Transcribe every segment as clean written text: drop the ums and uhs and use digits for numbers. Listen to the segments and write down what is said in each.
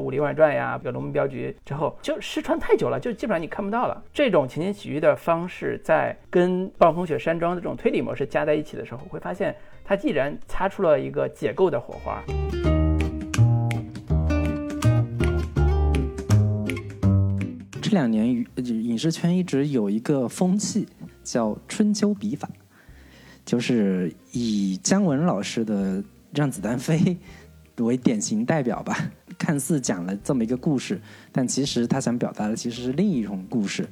武林外传》呀、龙门镖局之后，就失传太久了，就基本上你看不到了。这种情景喜剧的方式在跟暴风雪山庄的这种推理模式加在一起的时候，会发现它既然擦出了一个解构的火花。 这2年影视圈一直有一个风气叫春秋笔法，就是以姜文老师的《让子弹飞》为典型代表吧。看似讲了这么一个故事，但其实他想表达的其实是另一种故事。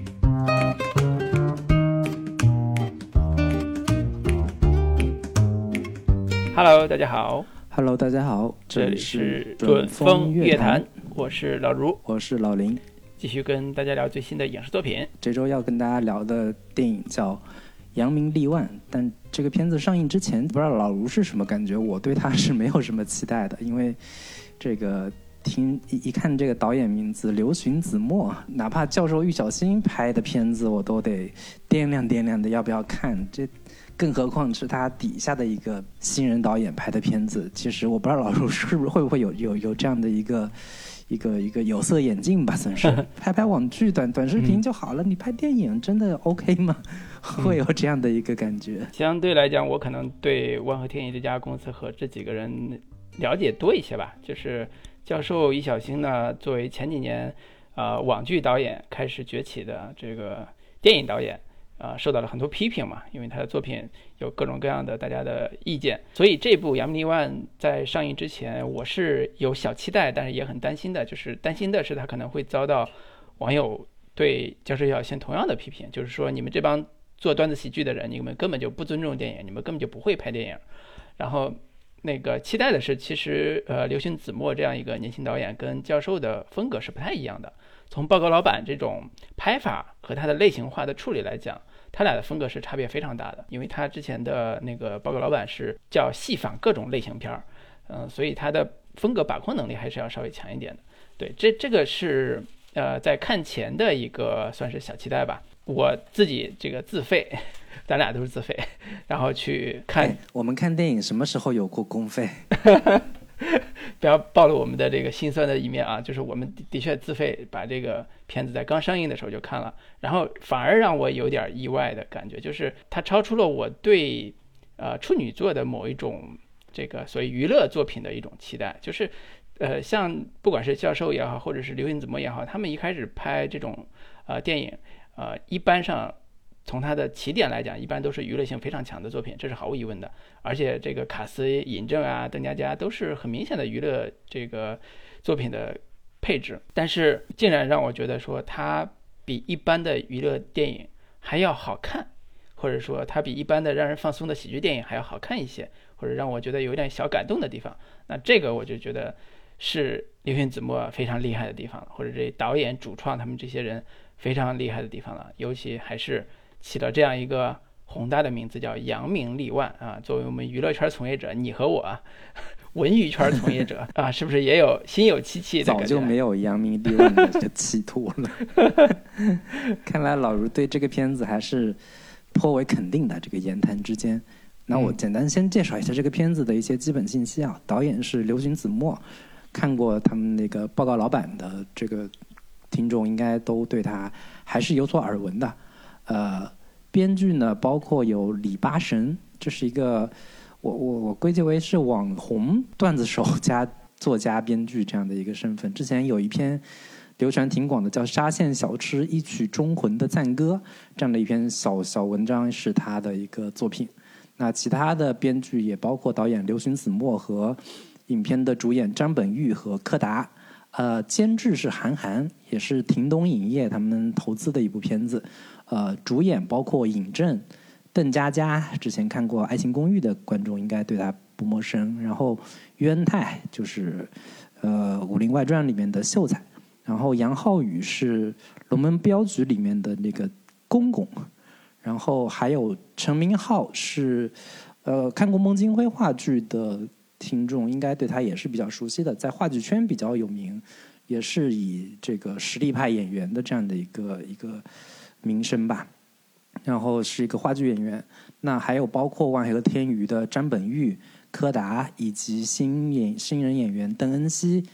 Hello， 大家好。 Hello， 大家好， 这里是准风乐坛，我是老如， 我是老林， 继续跟大家聊最新的影视作品。 这周要跟大家聊的电影叫《扬名立万》，但这个片子上映之前，不知道老卢是什么感觉？我对他是没有什么期待的，因为这个一看这个导演名字刘循子墨，哪怕教授玉小星拍的片子，我都得掂量掂量的要不要看。这更何况是他底下的一个新人导演拍的片子。其实我不知道老卢是不是会不会有这样的一个有色眼镜吧，算是拍网剧短视频就好了，你拍电影真的 OK 吗？会有这样的一个感觉。 相对来讲，我可能对万和天宜这家公司和这几个人了解多一些吧。就是教授易小星呢，作为前几年网剧导演开始崛起的这个电影导演，受到了很多批评嘛，因为他的作品有各种各样的大家的意见，所以这部《扬名立万》在上映之前，我是有小期待，但是也很担心的，就是担心的是他可能会遭到网友对教授易小星同样的批评，就是说你们这帮做段子喜剧的人，你们根本就不尊重电影，你们根本就不会拍电影。然后那个期待的是，其实刘循子墨这样一个年轻导演跟教授的风格是不太一样的。从报告老板这种拍法和他的类型化的处理来讲，他俩的风格是差别非常大的。因为他之前的那个报告老板是叫细仿各种类型片，所以他的风格把控能力还是要稍微强一点的。对，这个是在看前的一个算是小期待吧。我自己这个自费，咱俩都是自费，然后去看。 我们看电影什么时候有过公费？ 不要暴露我们的这个心酸的一面啊！就是我们的确自费把这个片子在刚上映的时候就看了，然后反而让我有点意外的感觉，就是它超出了我对处女座的某一种这个所谓娱乐作品的一种期待。就是像不管是教授也好，或者是刘循子墨也好，他们一开始拍这种电影一般上从它的起点来讲，一般都是娱乐性非常强的作品，这是毫无疑问的。而且这个卡斯尹正啊、邓家佳都是很明显的娱乐这个作品的配置，但是竟然让我觉得说它比一般的娱乐电影还要好看，或者说它比一般的让人放松的喜剧电影还要好看一些，或者让我觉得有点小感动的地方。那这个我就觉得是刘循子墨非常厉害的地方了，或者这导演主创他们这些人非常厉害的地方了，尤其还是起了这样一个宏大的名字叫扬名立万啊！作为我们娱乐圈从业者，你和我文娱圈从业者啊，是不是也有心有戚戚的感觉？ 早就没有扬名立万的这个企图了。看来老卢对这个片子还是颇为肯定的，这个言谈之间。那我简单先介绍一下这个片子的一些基本信息啊。导演是刘循子墨，看过他们那个报告老板的这个听众应该都对他还是有所耳闻的。编剧呢包括有李八神，这是一个我归结为是网红段子手加作家编剧这样的一个身份。之前有一篇流传挺广的叫《沙县小吃一曲忠魂的赞歌》，这样的一篇小文章是他的一个作品。那其他的编剧也包括导演刘循子墨和影片的主演张本煜和柯达。监制是韩寒，也是庭东影业他们投资的一部片子。主演包括尹正、邓家佳，之前看过《爱情公寓》的观众应该对他不陌生。然后约恩泰就是武林外传里面的秀才。然后杨浩宇是龙门镖局里面的那个公公。然后还有陈明昊是看过孟京辉话剧的听众应该对他也是比较熟悉的，在话剧圈比较有名，也是以这个实力派演员的这样的一个名声吧。然后是一个话剧演员。那还有包括万和天宜的张本煜、柯达以及新人演员邓恩熙。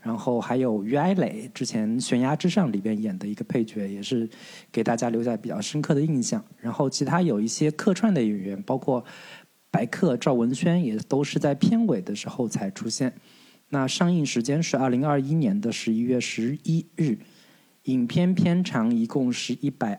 然后还有于爱磊之前《悬崖之上》里边演的一个配角，也是给大家留下比较深刻的印象。然后其他有一些客串的演员，包括白客、赵文轩，也都是在片尾的时候才出现。那上映时间是2021年的11月11日，影片片长一共是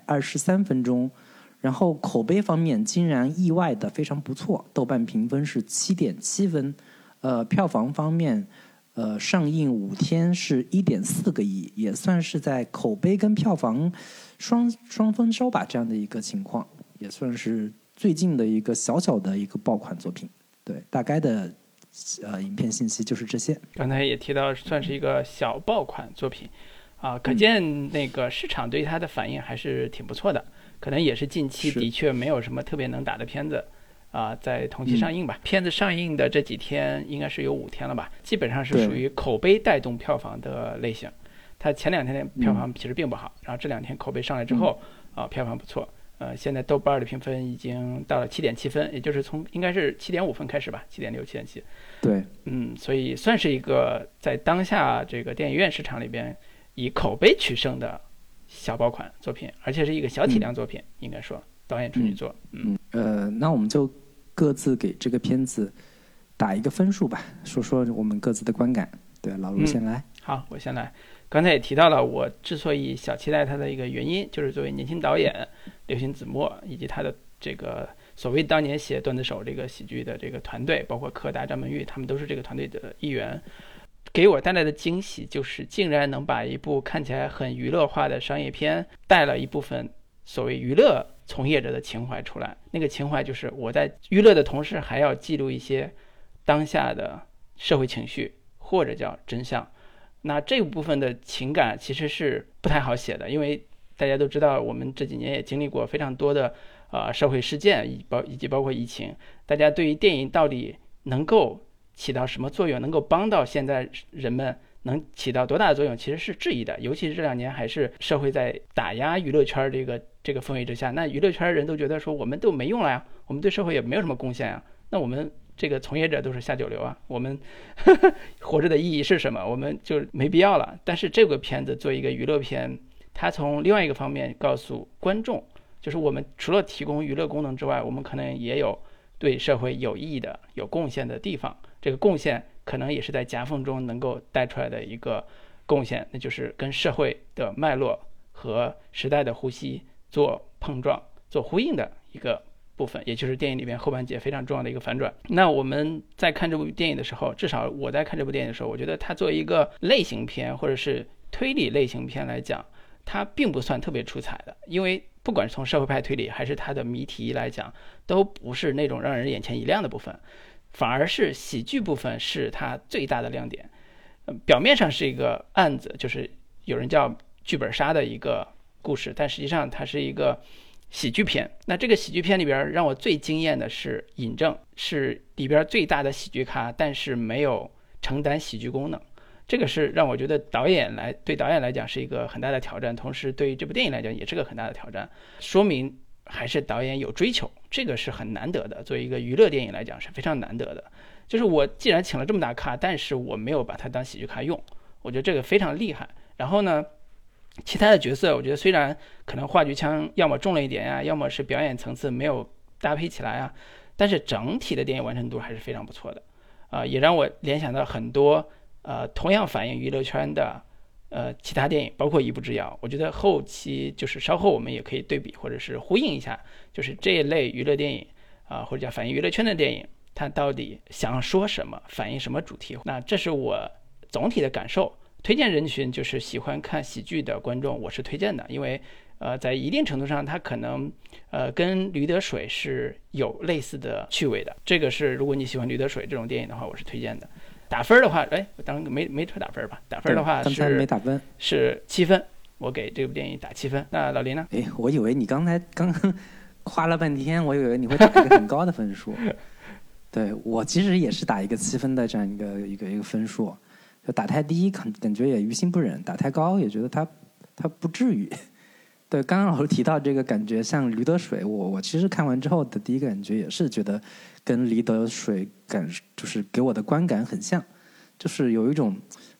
123分钟，然后口碑方面竟然意外的非常不错，豆瓣评分是7.7分，票房方面，上映5天是1.4个亿，也算是在口碑跟票房双丰收吧，这样的一个情况，也算是最近的一个小小的一个爆款作品。对，大概的影片信息就是这些。 刚才也提到算是一个小爆款作品啊，可见那个市场对它的反应还是挺不错的，可能也是近期的确没有什么特别能打的片子啊，在同期上映吧。片子上映的这几天应该是有5天了吧，基本上是属于口碑带动票房的类型。它前2天的票房其实并不好，然后这2天口碑上来之后票房不错。现在豆瓣的评分已经到了7.7分，也就是从应该是7.5分开始吧，7.6、7.7。 对， 所以算是一个在当下这个电影院市场里边以口碑取胜的小爆款作品，而且是一个小体量作品，应该说导演处女作。 那我们就各自给这个片子打一个分数吧，说说我们各自的观感。对，老卢先来。 好，我先来。刚才也提到了，我之所以小期待他的一个原因，就是作为年轻导演刘鑫子墨以及他的这个所谓当年写段子手这个喜剧的这个团队，包括柯达、张曼玉，他们都是这个团队的一员。给我带来的惊喜就是竟然能把一部看起来很娱乐化的商业片带了一部分所谓娱乐从业者的情怀出来。那个情怀就是我在娱乐的同时还要记录一些当下的社会情绪或者叫真相。那这部分的情感其实是不太好写的，因为大家都知道我们这几年也经历过非常多的社会事件以及包括疫情，大家对于电影到底能够起到什么作用，能够帮到现在人们能起到多大的作用，其实是质疑的。尤其是这2年还是社会在打压娱乐圈这个氛围之下，那娱乐圈人都觉得说我们都没用了呀，我们对社会也没有什么贡献呀，那我们这个从业者都是下九流啊，我们活着的意义是什么？我们就没必要了。但是这个片子做一个娱乐片，它从另外一个方面告诉观众，就是我们除了提供娱乐功能之外，我们可能也有对社会有意义的、有贡献的地方。这个贡献可能也是在夹缝中能够带出来的一个贡献，那就是跟社会的脉络和时代的呼吸做碰撞、做呼应的一个部分，也就是电影里面后半节非常重要的一个反转。那我们在看这部电影的时候，至少我在看这部电影的时候，我觉得它作为一个类型片或者是推理类型片来讲，它并不算特别出彩的，因为不管是从社会派推理还是它的谜题来讲，都不是那种让人眼前一亮的部分，反而是喜剧部分是它最大的亮点。表面上是一个案子，就是有人叫剧本杀的一个故事，但实际上它是一个喜剧片。那这个喜剧片里边让我最惊艳的是尹正，是里边最大的喜剧咖，但是没有承担喜剧功能。这个是让我觉得对导演来讲是一个很大的挑战，同时对于这部电影来讲也是个很大的挑战，说明还是导演有追求，这个是很难得的。作为一个娱乐电影来讲是非常难得的，就是我既然请了这么大咖，但是我没有把它当喜剧咖用，我觉得这个非常厉害。然后呢，其他的角色我觉得虽然可能话剧腔要么重了一点呀，要么是表演层次没有搭配起来啊，但是整体的电影完成度还是非常不错的。也让我联想到很多同样反映娱乐圈的其他电影，包括《一步之遥》。我觉得后期就是稍后我们也可以对比或者是呼应一下，就是这一类娱乐电影或者叫反映娱乐圈的电影，它到底想说什么，反映什么主题。那这是我总体的感受。推荐人群就是喜欢看喜剧的观众，我是推荐的，因为在一定程度上它可能跟《驴得水》是有类似的趣味的。这个是如果你喜欢《驴得水》这种电影的话，我是推荐的。打分的话，我当然没说打分吧。打分的话刚才没打分， 是7分，我给这部电影打7分。那老林呢？ 我以为你刚刚夸了半天，我以为你会打一个很高的分数。对，我其实也是打一个7分的这样一个分数。就打太低感觉也于心不忍，打太高也觉得它不至于。对，刚刚老师提到这个感觉像驴得水，我其实看完之后的第一个感觉也是觉得跟驴得水就是给我的观感很像，就是有一种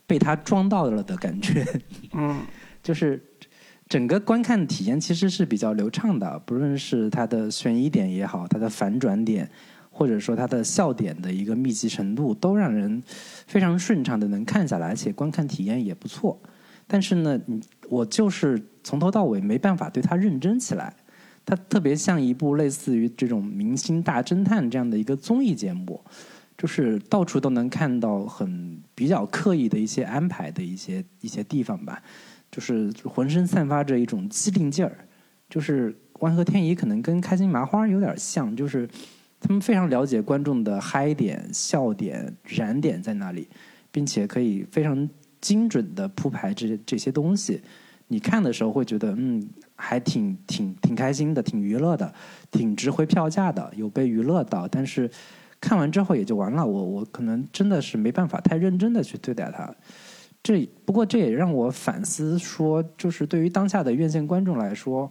被他装到了的感觉。就是整个观看体验其实是比较流畅的，不论是它的悬疑点也好，它的反转点，或者说它的笑点的一个密集程度，都让人非常顺畅的能看下来，而且观看体验也不错。但是呢，我就是从头到尾没办法对它认真起来。它特别像一部类似于这种明星大侦探这样的一个综艺节目，就是到处都能看到很比较刻意的一些安排的一些地方吧，就是浑身散发着一种机灵劲儿。就是万和天宜可能跟开心麻花有点像，就是他们非常了解观众的嗨点、笑点、燃点在哪里，并且可以非常精准的铺排这些东西。你看的时候会觉得还挺开心的，挺娱乐的，挺值回票价的，有被娱乐到。但是看完之后也就完了，我可能真的是没办法太认真的去对待它。不过这也让我反思说，就是对于当下的院线观众来说，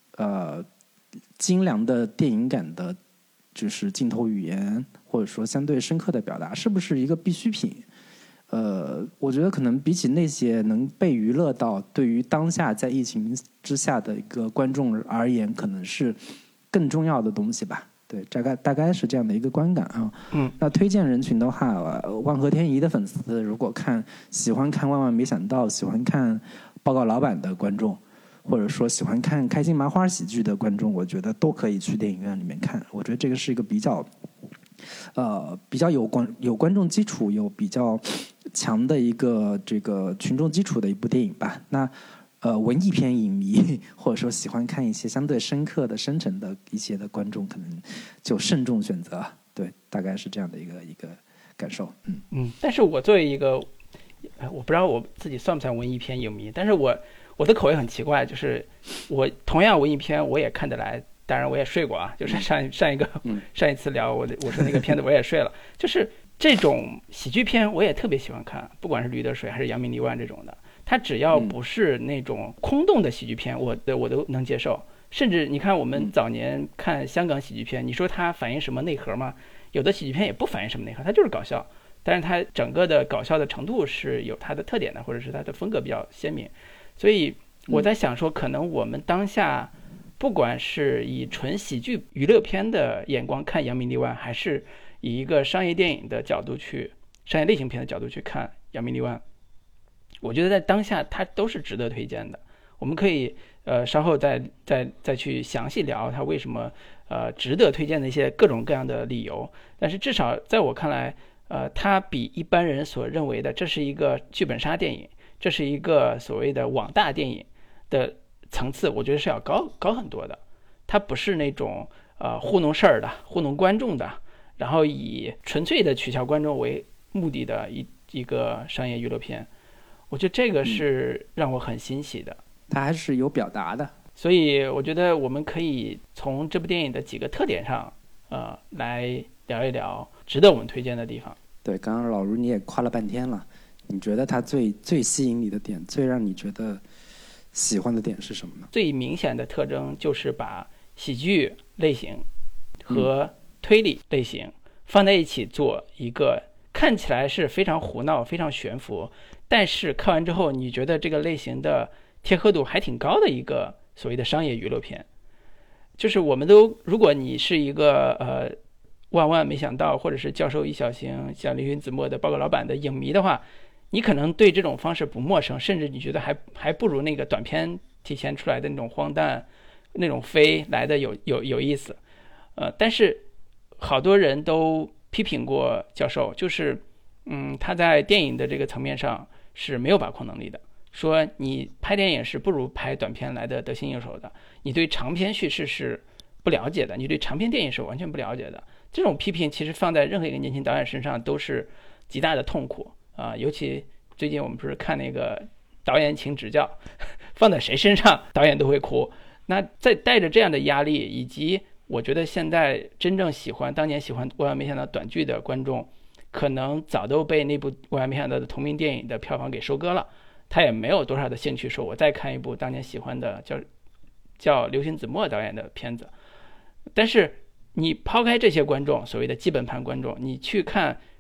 精良的电影感的就是镜头语言，或者说相对深刻的表达，是不是一个必需品？我觉得可能比起那些能被娱乐到，对于当下在疫情之下的一个观众而言，可能是更重要的东西吧。对，大概是这样的一个观感啊。那推荐人群的话，万和天宜的粉丝如果喜欢看万万没想到，喜欢看报告老板的观众，或者说喜欢看开心麻花喜剧的观众，我觉得都可以去电影院里面看。我觉得这个是一个比较有观众基础，有比较强的一个这个群众基础的一部电影吧。那文艺片影迷或者说喜欢看一些相对深刻的、深沉的一些的观众，可能就慎重选择。对，大概是这样的一个感受。 但是我作为一个，我不知道我自己算不算文艺片影迷，但是我的口味很奇怪，就是我同样文艺片我也看得来。当然我也睡过啊，就是上一次聊我说那个片子我也睡了。就是这种喜剧片我也特别喜欢看，不管是驴得水还是扬名立万这种的，它只要不是那种空洞的喜剧片，我都能接受。甚至你看我们早年看香港喜剧片，你说它反映什么内核吗？有的喜剧片也不反映什么内核，它就是搞笑，但是它整个的搞笑的程度是有它的特点的，或者是它的风格比较鲜明。所以我在想说，可能我们当下不管是以纯喜剧娱乐片的眼光看扬名立万，还是以一个商业电影的角度商业类型片的角度去看扬名立万，我觉得在当下它都是值得推荐的。我们可以稍后再去详细聊它为什么值得推荐的一些各种各样的理由。但是至少在我看来，它比一般人所认为的这是一个剧本杀电影，这是一个所谓的网大电影的层次，我觉得是要高很多的。它不是那种糊弄事儿的、糊弄观众的，然后以纯粹的取笑观众为目的的一个商业娱乐片。我觉得这个是让我很欣喜的。 它还是有表达的。 所以我觉得我们可以从这部电影的几个特点上来聊一聊值得我们推荐的地方。 对，刚刚老卢你也夸了半天了，你觉得它最吸引你的点，最让你觉得喜欢的点是什么呢？ 最明显的特征就是把喜剧类型和推理类型放在一起做一个看起来是非常胡闹、非常悬浮，但是看完之后你觉得这个类型的贴合度还挺高的一个所谓的商业娱乐片。就是如果你是一个万万没想到或者是教授易小星像凌云子墨的报告老板的影迷的话，你可能对这种方式不陌生，甚至你觉得还不如那个短片体现出来的那种荒诞、那种飞来的有意思。但是好多人都批评过教授，就是他在电影的这个层面上是没有把控能力的，说你拍电影是不如拍短片来的得心应手的，你对长篇叙事是不了解的，你对长篇电影是完全不了解的。这种批评其实放在任何一个年轻导演身上都是极大的痛苦尤其最近我们不是看那个导演请指教，放在谁身上导演都会哭。那在带着这样的压力，以及我觉得现在真正当年喜欢万万没想到短剧的观众，可能早都被那部万万没想到的同名电影的票房给收割了，他也没有多少的兴趣说我再看一部当年喜欢的叫刘勋子墨导演的片子。但是你抛开这些观众，所谓的基本盘观众，你去看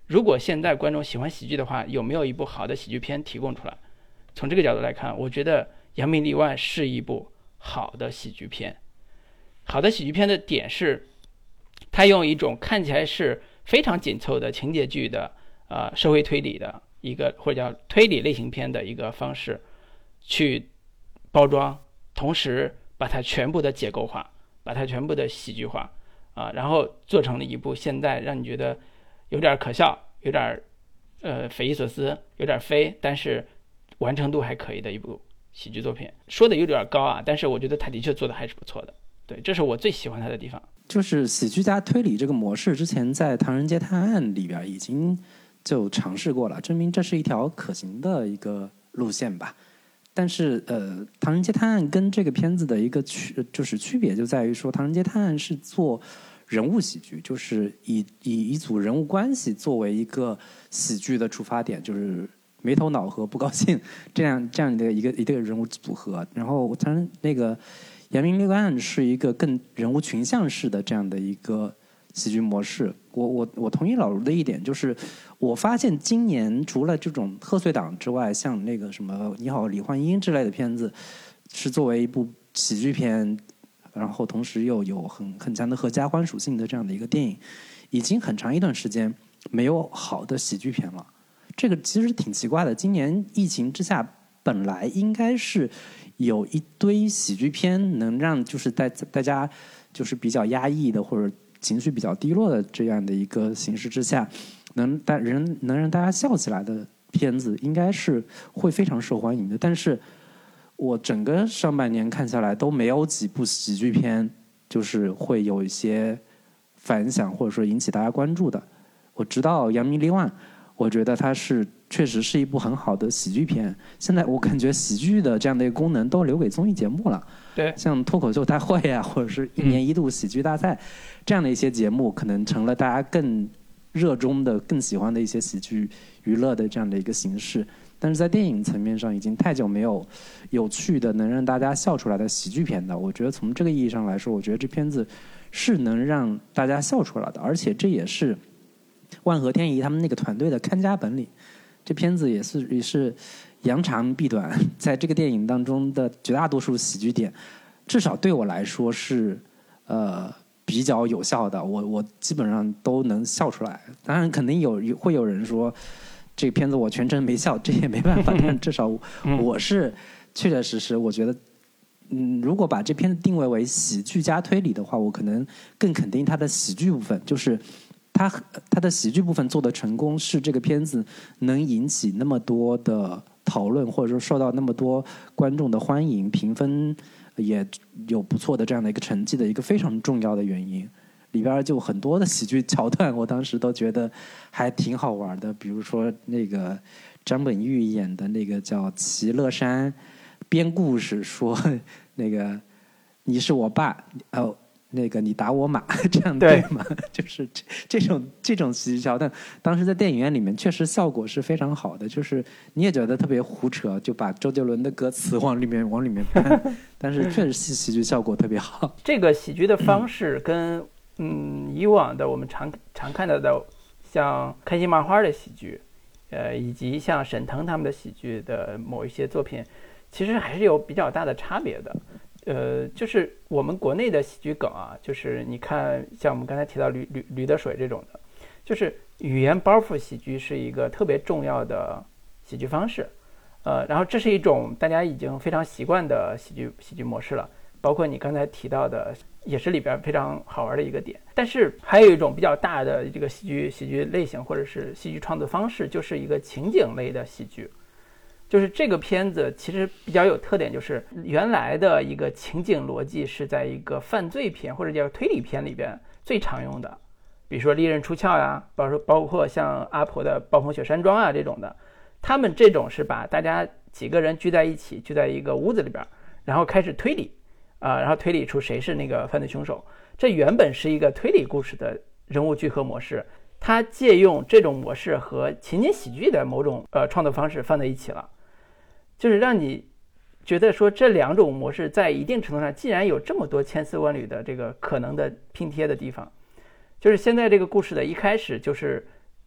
如果现在观众喜欢喜剧的话，有没有一部好的喜剧片提供出来？从这个角度来看，我觉得《扬名立万》是一部好的喜剧片。好的喜剧片的点是，它用一种看起来是非常紧凑的情节剧的社会推理的一个或者叫推理类型片的一个方式去包装，同时把它全部的结构化，把它全部的喜剧化然后做成了一部现在让你觉得有点可笑，有点匪夷所思，有点飞，但是完成度还可以的一部喜剧作品。说的有点高但是我觉得他的确做的还是不错的。对，这是我最喜欢他的地方。 就是喜剧加推理这个模式，之前在《唐人街探案》里边已经就尝试过了，证明这是一条可行的一个路线吧。但是《唐人街探案》跟这个片子的一个区别就在于说，《唐人街探案》是做人物喜剧，就是以一组人物关系作为一个喜剧的出发点，就是没头脑和不高兴这样的一个人物组合。然后当然那个扬名立万是一个更人物群像式的这样的一个喜剧模式。我同意老卢的一点，就是我发现今年除了这种贺岁档之外，像那个什么你好李焕英之类的片子是作为一部喜剧片，然后同时又有很强的合家欢属性的这样的一个电影，已经很长一段时间没有好的喜剧片了。这个其实挺奇怪的，今年疫情之下本来应该是有一堆喜剧片能让就是大家就是比较压抑的或者情绪比较低落的这样的一个形式之下，能让大家笑起来的片子应该是会非常受欢迎的。但是我整个上半年看下来都没有几部喜剧片就是会有一些反响或者说引起大家关注的。我知道扬名立万，我觉得它确实是一部很好的喜剧片。现在我感觉喜剧的这样的一个功能都留给综艺节目了， 对， 像脱口秀大会或者是一年一度喜剧大赛这样的一些节目，可能成了大家更热衷的、更喜欢的一些喜剧娱乐的这样的一个形式。但是在电影层面上，已经太久没有有趣的能让大家笑出来的喜剧片的。我觉得从这个意义上来说，我觉得这片子是能让大家笑出来的，而且这也是万合天宜他们那个团队的看家本领。这片子也是扬长避短，在这个电影当中的绝大多数喜剧点，至少对我来说是比较有效的，我基本上都能笑出来。当然肯定会有人说这个片子我全程没笑，这也没办法，但至少我是确确实实我觉得如果把这片子定位为喜剧加推理的话，我可能更肯定它的喜剧部分，就是它的喜剧部分做的成功，是这个片子能引起那么多的讨论，或者说受到那么多观众的欢迎，评分也有不错的这样的一个成绩的一个非常重要的原因。里边就很多的喜剧桥段，我当时都觉得还挺好玩的。比如说那个张本煜演的那个叫齐乐山编故事，说那个你是我爸那个你打我马，这样对吗？就是这种喜剧桥段，当时在电影院里面确实效果是非常好的，就是你也觉得特别胡扯，就把周杰伦的歌词往里面搬，但是确实喜剧效果特别好。 这个喜剧的方式跟以往的我们常看到的像开心麻花的喜剧，以及像沈腾他们的喜剧的某一些作品，其实还是有比较大的差别的。就是我们国内的喜剧梗就是你看像我们刚才提到驴得水这种的，就是语言包袱喜剧是一个特别重要的喜剧方式，然后这是一种大家已经非常习惯的喜剧模式了，包括你刚才提到的也是里边非常好玩的一个点。但是还有一种比较大的这个喜剧类型或者是戏剧创作方式，就是一个情景类的喜剧。就是这个片子其实比较有特点，就是原来的一个情景逻辑是在一个犯罪片或者叫推理片里边最常用的，比如说利刃出鞘呀，包括像阿婆的暴风雪山庄这种的，他们这种是把大家几个人聚在一起，聚在一个屋子里边，然后开始推理然后推理出谁是那个犯罪凶手。这原本是一个推理故事的人物聚合模式，它借用这种模式和情景喜剧的某种创作方式放在一起了，就是让你觉得说这两种模式在一定程度上既然有这么多千丝万缕的这个可能的拼贴的地方。就是现在这个故事的一开始就是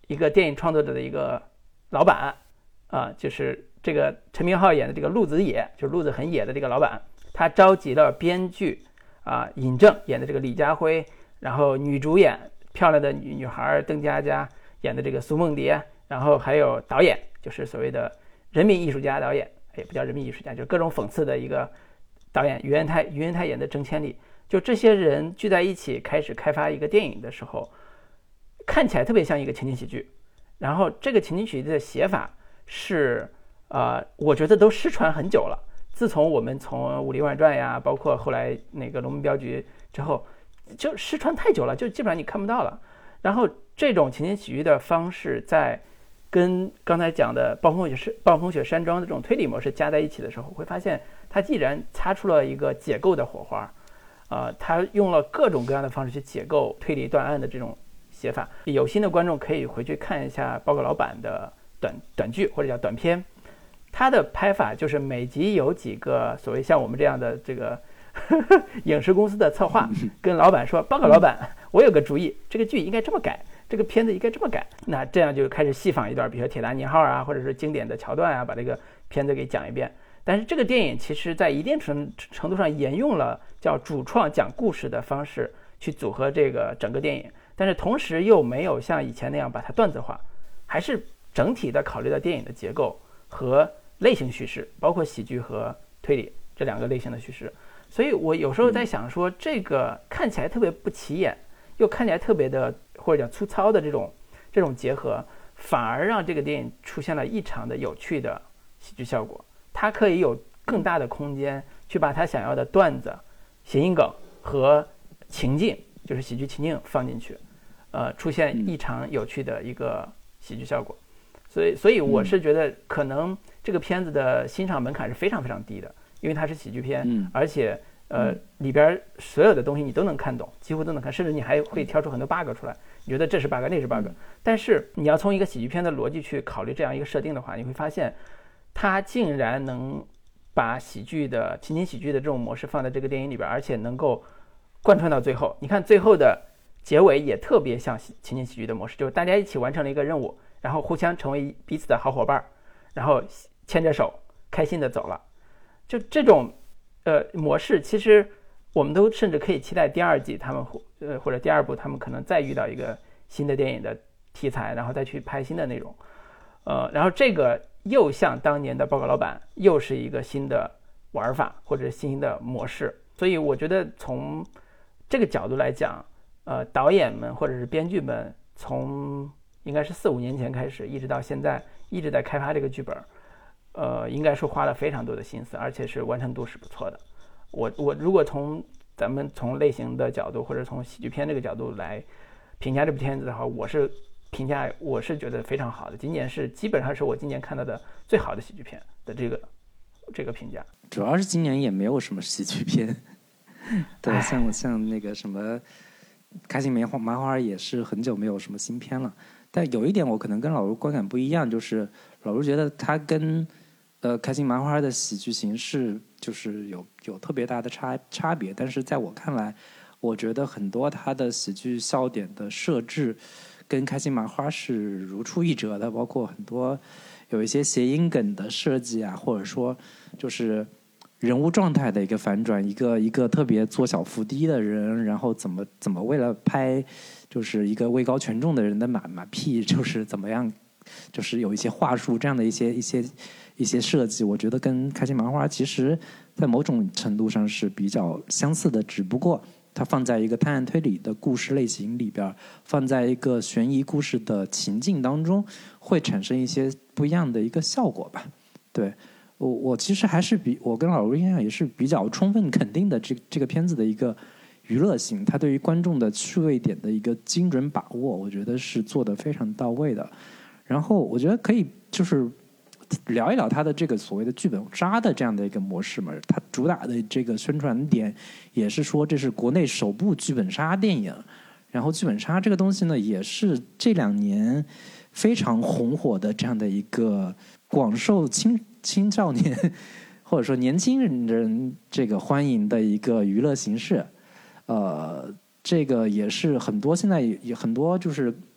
一个电影创作者的一个老板就是这个陈明昊演的这个陆子野，就是路子很野的这个老板，他召集了编剧尹正演的这个李家辉，然后女主演漂亮的女孩邓家佳演的这个苏梦蝶，然后还有导演就是所谓的人民艺术家导演，也不叫人民艺术家，就是各种讽刺的一个导演于元泰演的郑千里，就这些人聚在一起开始开发一个电影的时候，看起来特别像一个情景喜剧。然后这个情景喜剧的写法是我觉得都失传很久了。自从我们从《武林外传》呀，包括后来那个《龙门镖局》之后，就失传太久了，就基本上你看不到了。然后这种情景喜剧的方式在跟刚才讲的暴风雪山庄的这种推理模式加在一起的时候，会发现它既然擦出了一个解构的火花，它用了各种各样的方式去解构推理断案的这种写法。有心的观众可以回去看一下报告老板的短剧或者叫短片，他的拍法就是每集有几个所谓像我们这样的这个影视公司的策划跟老板说，报告老板，我有个主意，这个剧应该这么改，这个片子应该这么改。那这样就开始细仿一段，比如说铁达尼号啊，或者是经典的桥段啊，把这个片子给讲一遍。但是这个电影其实在一定程度上沿用了叫主创讲故事的方式去组合这个整个电影，但是同时又没有像以前那样把它段子化，还是整体的考虑到电影的结构和类型叙事，包括喜剧和推理这两个类型的叙事。所以我有时候在想说，这个看起来特别不起眼，又看起来特别的或者叫粗糙的这种结合，反而让这个电影出现了异常的有趣的喜剧效果。它可以有更大的空间去把它想要的段子、谐音梗和情境，就是喜剧情境放进去，出现异常有趣的一个喜剧效果。所以我是觉得可能这个片子的欣赏门槛是非常非常低的，因为它是喜剧片，而且里边所有的东西你都能看懂，几乎都能看，甚至你还会挑出很多 bug 出来，你觉得这是 bug 那是 bug。但是你要从一个喜剧片的逻辑去考虑这样一个设定的话，你会发现它竟然能把情景喜剧的这种模式放在这个电影里边，而且能够贯穿到最后。你看最后的结尾也特别像情景喜剧的模式，就是大家一起完成了一个任务，然后互相成为彼此的好伙伴，然后牵着手开心的走了。就这种模式，其实我们都甚至可以期待第二季他们或者第二部他们可能再遇到一个新的电影的题材，然后再去拍新的内容。然后这个又像当年的报告老板，又是一个新的玩法或者新的模式。所以我觉得从这个角度来讲，导演们或者是编剧们从应该是4-5年前开始一直到现在一直在开发这个剧本，应该是花了非常多的心思，而且是完成度是不错的。我如果咱们从类型的角度或者从喜剧片这个角度来评价这部片子的话，我是觉得非常好的。今年是基本上是我今年看到的最好的喜剧片的这个评价。 主要是今年也没有什么喜剧片，对，像那个什么开心麻花也是很久没有什么新片了。但有一点我可能跟老卢观感不一样，就是老卢觉得他跟开心麻花的喜剧形式就是有特别大的差别，但是在我看来，我觉得很多他的喜剧笑点的设置跟开心麻花是如出一辙的，包括很多有一些谐音梗的设计啊，或者说就是人物状态的一个反转，一个特别做小伏低的人，然后怎么为了拍就是一个位高权重的人的马屁，就是怎么样，就是有一些话术这样的一些设计，我觉得跟开心麻花其实在某种程度上是比较相似的，只不过它放在一个探案推理的故事类型里边，放在一个悬疑故事的情境当中，会产生一些不一样的一个效果吧。对，我其实还是我跟老卢一样，也是比较充分肯定的这个片子的一个娱乐性，它对于观众的趣味点的一个精准把握，我觉得是做得非常到位的。然后我觉得可以就是聊一聊它的这个所谓的剧本杀的这样的一个模式嘛。它主打的这个宣传点也是说这是国内首部剧本杀电影，然后剧本杀这个东西呢也是这2年非常红火的这样的一个广受青少年或者说年轻人这个欢迎的一个娱乐形式。这个也是很多现在也很多就是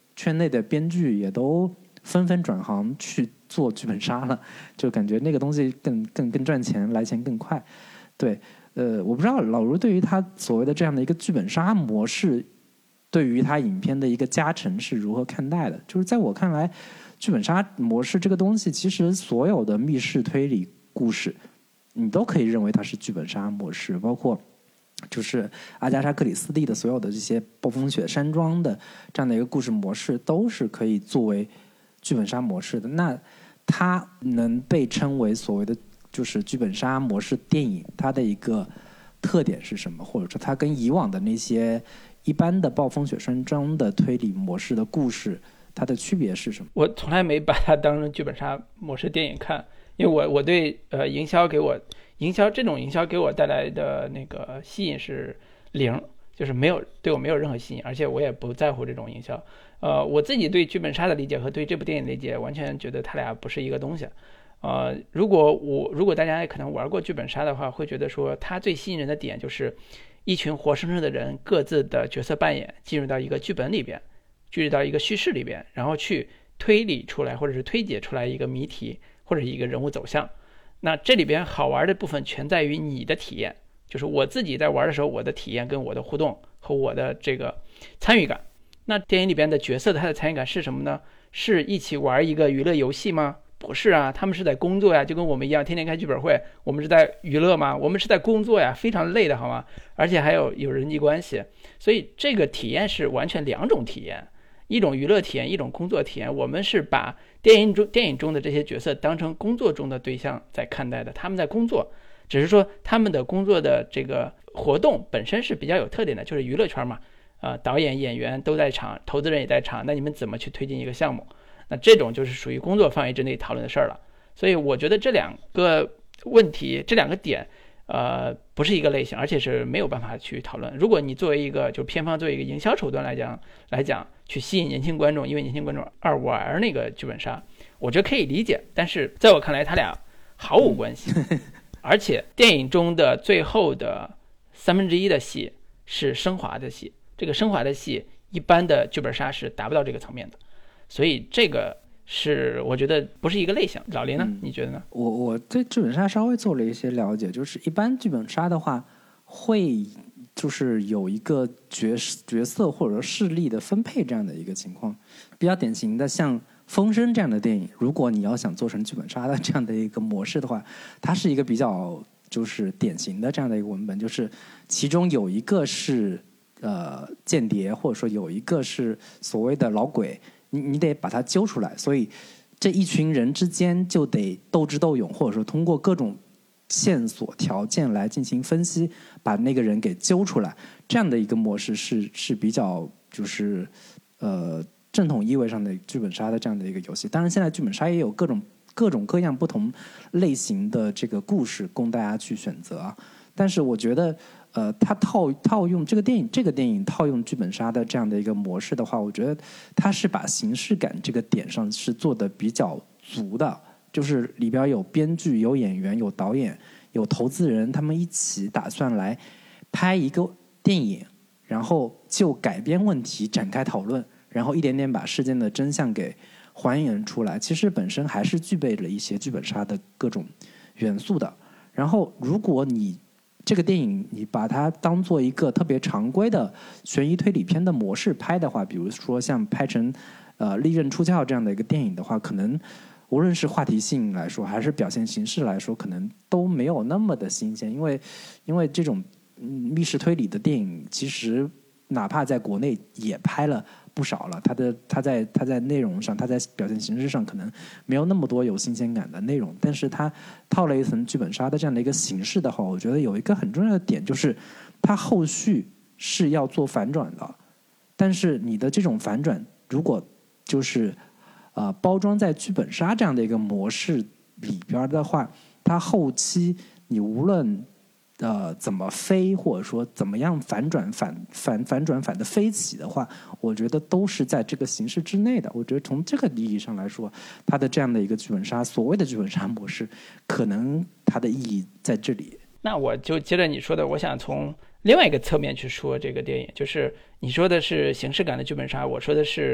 圈内的编剧也都纷纷转行去做剧本杀了，就感觉那个东西更赚钱，来钱更快。对，我不知道老卢对于他所谓的这样的一个剧本杀模式，对于他影片的一个加成是如何看待的？就是在我看来，剧本杀模式这个东西，其实所有的密室推理故事，你都可以认为它是剧本杀模式，包括就是阿加莎·克里斯蒂的所有的这些暴风雪山庄的这样的一个故事模式，都是可以作为剧本杀模式的。那它能被称为所谓的就是剧本杀模式电影，它的一个特点是什么？或者说它跟以往的那些一般的暴风雪山庄的推理模式的故事，它的区别是什么？ 我从来没把它当成剧本杀模式电影看，因为我对营销这种营销给我带来的那个吸引是零，就是对我没有任何吸引，而且我也不在乎这种营销。我自己对剧本杀的理解和对这部电影的理解，完全觉得它俩不是一个东西。如果大家可能玩过剧本杀的话，会觉得说它最吸引人的点就是一群活生生的人各自的角色扮演进入到一个剧本里边，进入到一个叙事里边，然后去推理出来或者是推解出来一个谜题或者一个人物走向。那这里边好玩的部分全在于你的体验，就是我自己在玩的时候，我的体验跟我的互动和我的这个参与感。那电影里边的角色他的参与感是什么呢？是一起玩一个娱乐游戏吗？不是啊，他们是在工作呀，就跟我们一样，天天开剧本会。我们是在娱乐吗？我们是在工作呀，非常累的好吗？而且还有人际关系，所以这个体验是完全两种体验，一种娱乐体验，一种工作体验。我们是把电影中的这些角色当成工作中的对象在看待的，他们在工作，只是说他们的工作的这个活动本身是比较有特点的，就是娱乐圈嘛，导演、演员都在场，投资人也在场，那你们怎么去推进一个项目？那这种就是属于工作范围之内讨论的事儿了。所以我觉得这两个问题，这两个点，不是一个类型，而且是没有办法去讨论。如果你作为一个就片方作为一个营销手段来讲，去吸引年轻观众，因为年轻观众玩那个剧本杀，我觉得可以理解。但是在我看来，他俩毫无关系。而且电影中的最后的1/3的戏是升华的戏，这个升华的戏一般的剧本杀是达不到这个层面的。所以这个是我觉得不是一个类型。老林呢？你觉得呢？ 我对剧本杀稍微做了一些了解，就是一般剧本杀的话，会就是有一个角色或者说势力的分配这样的一个情况。比较典型的像《风声》这样的电影，如果你要想做成剧本杀的这样的一个模式的话，它是一个比较就是典型的这样的一个文本，就是其中有一个是间谍，或者说有一个是所谓的老鬼。你得把它揪出来，所以这一群人之间就得斗智斗勇，或者说通过各种线索条件来进行分析，把那个人给揪出来。这样的一个模式是比较就是正统意味上的剧本杀的这样的一个游戏。当然，现在剧本杀也有各种各样不同类型的这个故事供大家去选择啊。但是我觉得它套用这个电影套用剧本杀的这样的一个模式的话，我觉得它是把形式感这个点上是做的比较足的，就是里边有编剧、有演员、有导演、有投资人，他们一起打算来拍一个电影，然后就改编问题展开讨论，然后一点点把事件的真相给还原出来。其实本身还是具备了一些剧本杀的各种元素的。然后如果你这个电影你把它当做一个特别常规的悬疑推理片的模式拍的话，比如说像拍成利刃出鞘这样的一个电影的话，可能无论是话题性来说还是表现形式来说，可能都没有那么的新鲜。因为这种密室推理的电影其实哪怕在国内也拍了不少了，它在内容上，它在表现形式上可能没有那么多有新鲜感的内容，但是它套了一层剧本杀的这样的一个形式的话，我觉得有一个很重要的点，就是它后续是要做反转的。但是你的这种反转如果就是包装在剧本杀这样的一个模式里边的话，它后期你无论怎么飞，或者说怎么样反转反的飞起的话，我觉得都是在这个形式之内的。我觉得从这个意义上来说，它的这样的一个剧本杀，所谓的剧本杀模式，可能它的意义在这里。 那我就接着你说的，我想从另外一个侧面去说这个电影，就是你说的是形式感的剧本杀，我说的是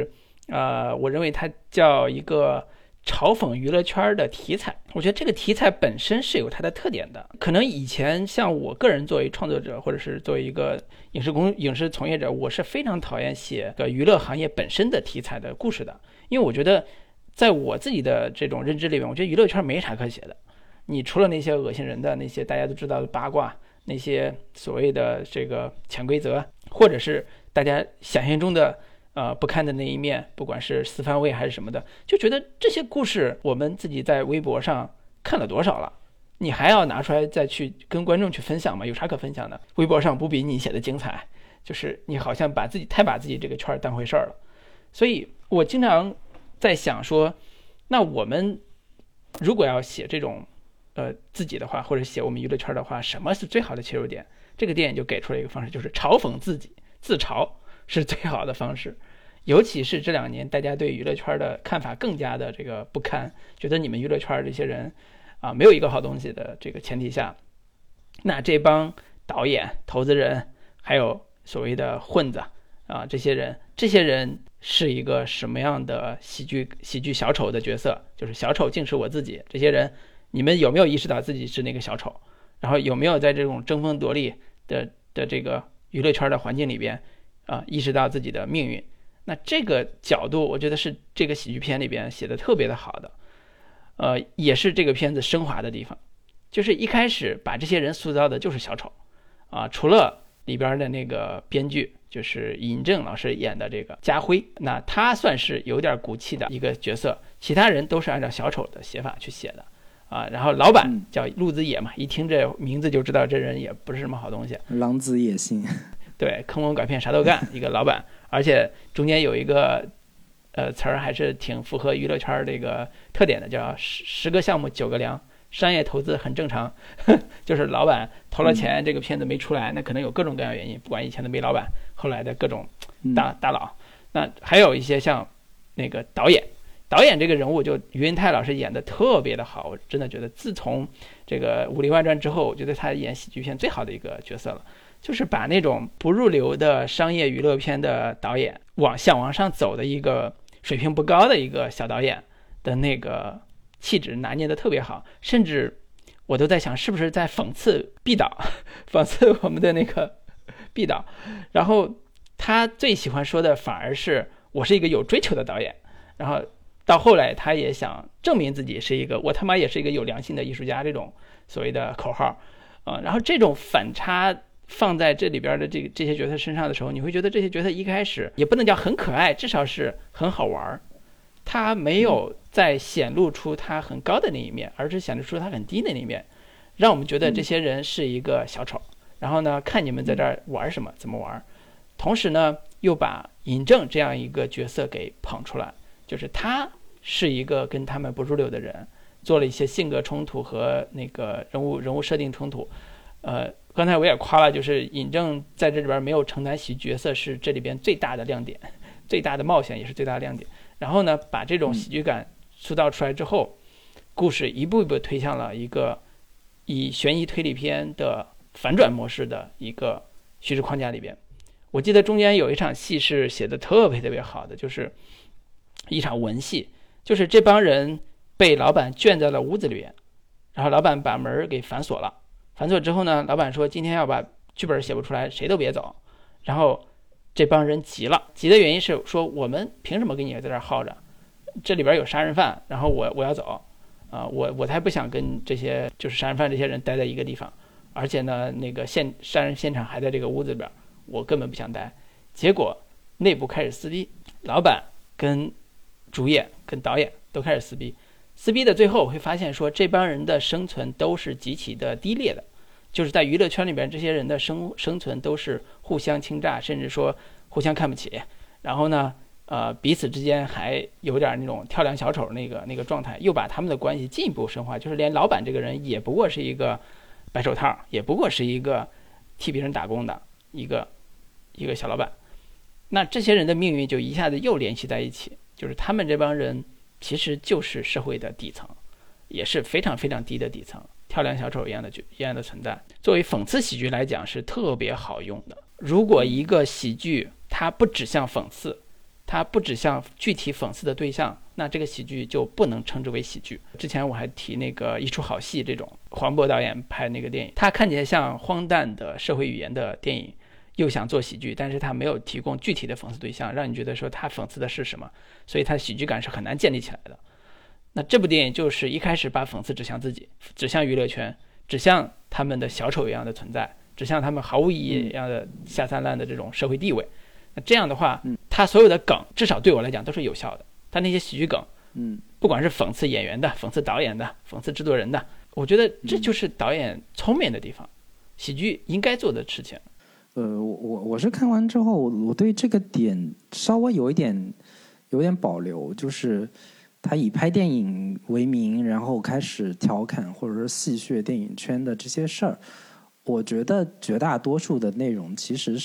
我认为它叫一个嘲讽娱乐圈的题材。我觉得这个题材本身是有它的特点的。可能以前像我个人作为创作者，或者是作为一个影视从业者，我是非常讨厌写娱乐行业本身的题材的故事的，因为我觉得在我自己的这种认知里面，我觉得娱乐圈没啥可写的。你除了那些恶心人的那些大家都知道的八卦，那些所谓的这个潜规则，或者是大家想象中的不堪的那一面，不管是四番位还是什么的，就觉得这些故事我们自己在微博上看了多少了，你还要拿出来再去跟观众去分享吗？有啥可分享的？微博上不比你写的精彩，就是你好像太把自己这个圈当回事儿了。所以我经常在想说，那我们如果要写这种自己的话，或者写我们娱乐圈的话，什么是最好的切入点？这个电影就给出了一个方式，就是嘲讽自己，自嘲是最好的方式。尤其是这2年大家对娱乐圈的看法更加的这个不堪，觉得你们娱乐圈这些人没有一个好东西的这个前提下，那这帮导演、投资人还有所谓的混子这些人是一个什么样的喜剧小丑的角色？就是小丑竟是我自己。这些人，你们有没有意识到自己是那个小丑？然后有没有在这种争锋夺利的这个娱乐圈的环境里边意识到自己的命运？那这个角度，我觉得是这个喜剧片里边写的特别的好的，也是这个片子升华的地方。就是一开始把这些人塑造的就是小丑除了里边的那个编剧，就是尹正老师演的这个家辉，那他算是有点骨气的一个角色，其他人都是按照小丑的写法去写的然后老板叫陆子野嘛，一听这名字就知道这人也不是什么好东西， 狼子野心， 对，坑蒙拐骗啥都干一个老板，而且中间有一个词儿还是挺符合娱乐圈这个特点的，叫10个项目9个凉，商业投资很正常就是老板投了钱，这个片子没出来，那可能有各种各样原因，不管以前的煤老板，后来的各种大佬。那还有一些像那个导演这个人物，就于云泰老师演的特别的好，我真的觉得自从这个《武林外传》之后，我觉得他演喜剧片最好的一个角色了，就是把那种不入流的商业娱乐片的导演往上走的一个水平不高的一个小导演的那个气质拿捏的特别好，甚至我都在想是不是在讽刺毕导，讽刺我们的那个毕导。然后他最喜欢说的反而是我是一个有追求的导演，然后到后来他也想证明自己是一个我他妈也是一个有良心的艺术家，这种所谓的口号然后这种反差放在这里边的这些角色身上的时候，你会觉得这些角色一开始也不能叫很可爱，至少是很好玩，他没有在显露出他很高的那一面，而是显露出他很低的那一面，让我们觉得这些人是一个小丑，然后呢看你们在这儿玩什么怎么玩，同时呢又把尹正这样一个角色给捧出来，就是他是一个跟他们不入流的人，做了一些性格冲突和那个人物设定冲突。刚才我也夸了，就是尹正在这里边没有承担喜剧角色是这里边最大的亮点，最大的冒险也是最大的亮点。然后呢，把这种喜剧感塑造出来之后，故事一步一步推向了一个以悬疑推理片的反转模式的一个叙事框架里边。我记得中间有一场戏是写的特别特别好的，就是一场文戏，就是这帮人被老板圈在了屋子里边，然后老板把门给反锁了，反锁之后呢，老板说今天要把剧本写不出来谁都别走，然后这帮人急了，急的原因是说我们凭什么给你在这儿耗着，这里边有杀人犯，然后我要走我才不想跟这些就是杀人犯这些人待在一个地方，而且呢那个杀人现场还在这个屋子里边，我根本不想待。结果内部开始撕逼，老板跟主演跟导演都开始撕逼的最后我会发现说这帮人的生存都是极其的低劣的，就是在娱乐圈里边这些人的生存都是互相倾轧，甚至说互相看不起，然后呢彼此之间还有点那种跳梁小丑那个状态，又把他们的关系进一步深化，就是连老板这个人也不过是一个白手套，也不过是一个替别人打工的一个小老板。那这些人的命运就一下子又联系在一起，就是他们这帮人其实就是社会的底层，也是非常非常低的底层，跳梁小丑一样的存在。作为讽刺喜剧来讲是特别好用的。如果一个喜剧它不指向讽刺， 它不指向具体讽刺的对象，那这个喜剧就不能称之为喜剧。之前我还提那个一出好戏这种黄渤导演拍那个电影，他看起来像荒诞的社会语言的电影，又想做喜剧，但是他没有提供具体的讽刺对象，让你觉得说他讽刺的是什么，所以他的喜剧感是很难建立起来的。那这部电影就是一开始把讽刺指向自己，指向娱乐圈，指向他们的小丑一样的存在，指向他们毫无意义一样的下三滥的这种社会地位。那这样的话，他所有的梗至少对我来讲都是有效的。他那些喜剧梗，不管是讽刺演员的、讽刺导演的、讽刺制作人的，我觉得这就是导演聪明的地方，喜剧应该做的事情。 我是看完之后，我对这个点稍微有点保留，就是他以拍电影为名，然后开始调侃或者是戏谑电影圈的这些事儿。我觉得绝大多数的内容其实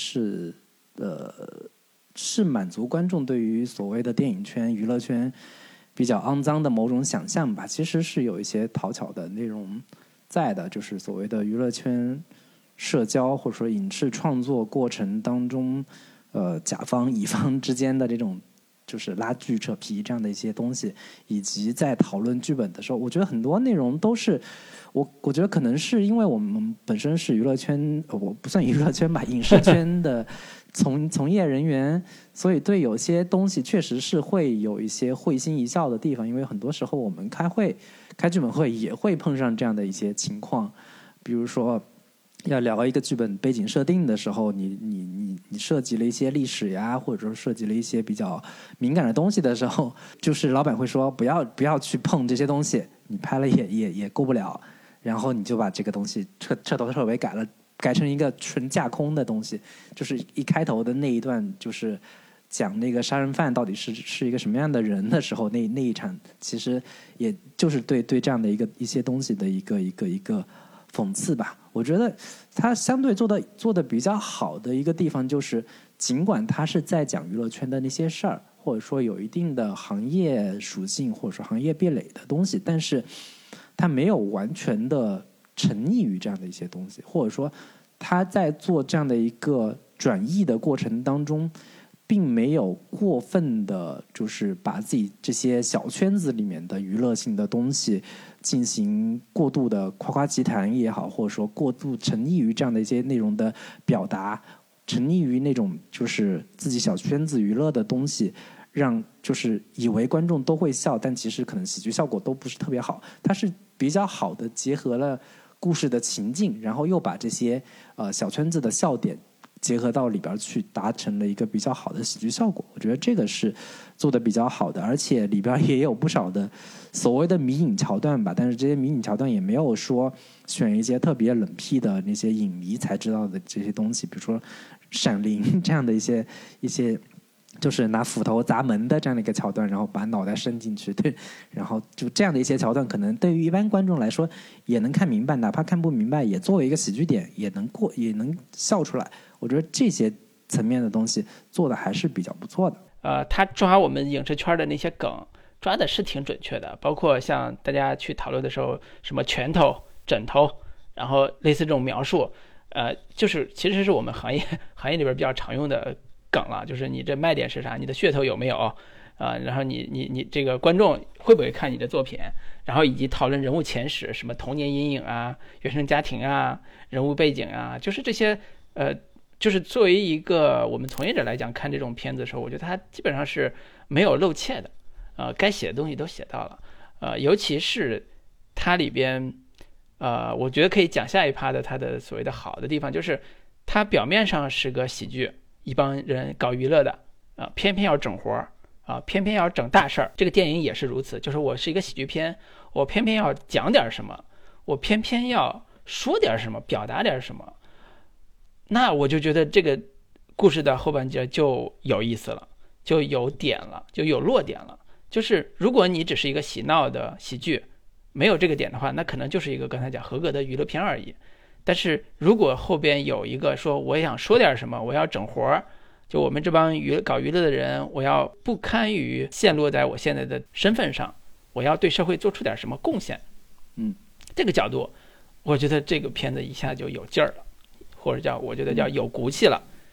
是满足观众对于所谓的电影圈、娱乐圈比较肮脏的某种想象吧。其实是有一些讨巧的内容在的，就是所谓的娱乐圈社交或者说影视创作过程当中，甲方乙方之间的这种就是拉锯扯皮这样的一些东西，以及在讨论剧本的时候，我觉得很多内容都是我觉得可能是因为我们本身是娱乐圈，我不算娱乐圈吧，影视圈的从业人员，所以对有些东西确实是会有一些会心一笑的地方，因为很多时候我们开剧本会也会碰上这样的一些情况，比如说要聊一个剧本背景设定的时候，你涉及了一些历史呀，或者说涉及了一些比较敏感的东西的时候，就是老板会说不要去碰这些东西，你拍了也过不了，然后你就把这个东西彻头彻尾改成一个纯架空的东西，就是一开头的那一段就是讲那个杀人犯到底是一个什么样的人的时候，那一场其实也就是对这样的一些东西的一个讽刺吧。我觉得他相对做的比较好的一个地方就是，尽管他是在讲娱乐圈的那些事儿，或者说有一定的行业属性或者说行业壁垒的东西，但是他没有完全的沉溺于这样的一些东西，或者说他在做这样的一个转译的过程当中，并没有过分的就是把自己这些小圈子里面的娱乐性的东西进行过度的夸夸其谈也好，或者说过度沉溺于这样的一些内容的表达，沉溺于那种就是自己小圈子娱乐的东西，让就是以为观众都会笑，但其实可能喜剧效果都不是特别好。它是比较好的结合了故事的情境，然后又把这些小圈子的笑点结合到里边去，达成了一个比较好的喜剧效果。我觉得这个是做的比较好的，而且里边也有不少的所谓的迷影桥段吧，但是这些迷影桥段也没有说选一些特别冷僻的那些影迷才知道的这些东西，比如说闪灵这样的一些就是拿斧头砸门的这样的一个桥段，然后把脑袋伸进去，对，然后就这样的一些桥段，可能对于一般观众来说也能看明白，哪怕看不明白，也作为一个喜剧点，也能笑出来。我觉得这些层面的东西做的还是比较不错的。 他抓我们影视圈的那些梗抓的是挺准确的，包括像大家去讨论的时候，什么拳头、枕头，然后类似这种描述，就是其实是我们行业里边比较常用的梗了，就是你这卖点是啥，你的噱头有没有然后你这个观众会不会看你的作品，然后以及讨论人物前史，什么童年阴影啊、原生家庭啊、人物背景啊，就是这些就是作为一个我们从业者来讲，看这种片子的时候，我觉得它基本上是没有露怯的，该写的东西都写到了，尤其是它里边，我觉得可以讲下一趴的它的所谓的好的地方，就是它表面上是个喜剧，一帮人搞娱乐的，偏偏要整活偏偏要整大事儿。这个电影也是如此，就是我是一个喜剧片，我偏偏要讲点什么，我偏偏要说点什么，表达点什么。那我就觉得这个故事的后半截就有意思了，就有点了，就有落点了。就是如果你只是一个喜闹的喜剧，没有这个点的话，那可能就是一个刚才讲合格的娱乐片而已。但是如果后边有一个说我也想说点什么，我要整活，就我们这帮搞娱乐的人，我要不堪于陷落在我现在的身份上，我要对社会做出点什么贡献，这个角度我觉得这个片子一下就有劲儿了，或者我觉得叫有骨气了。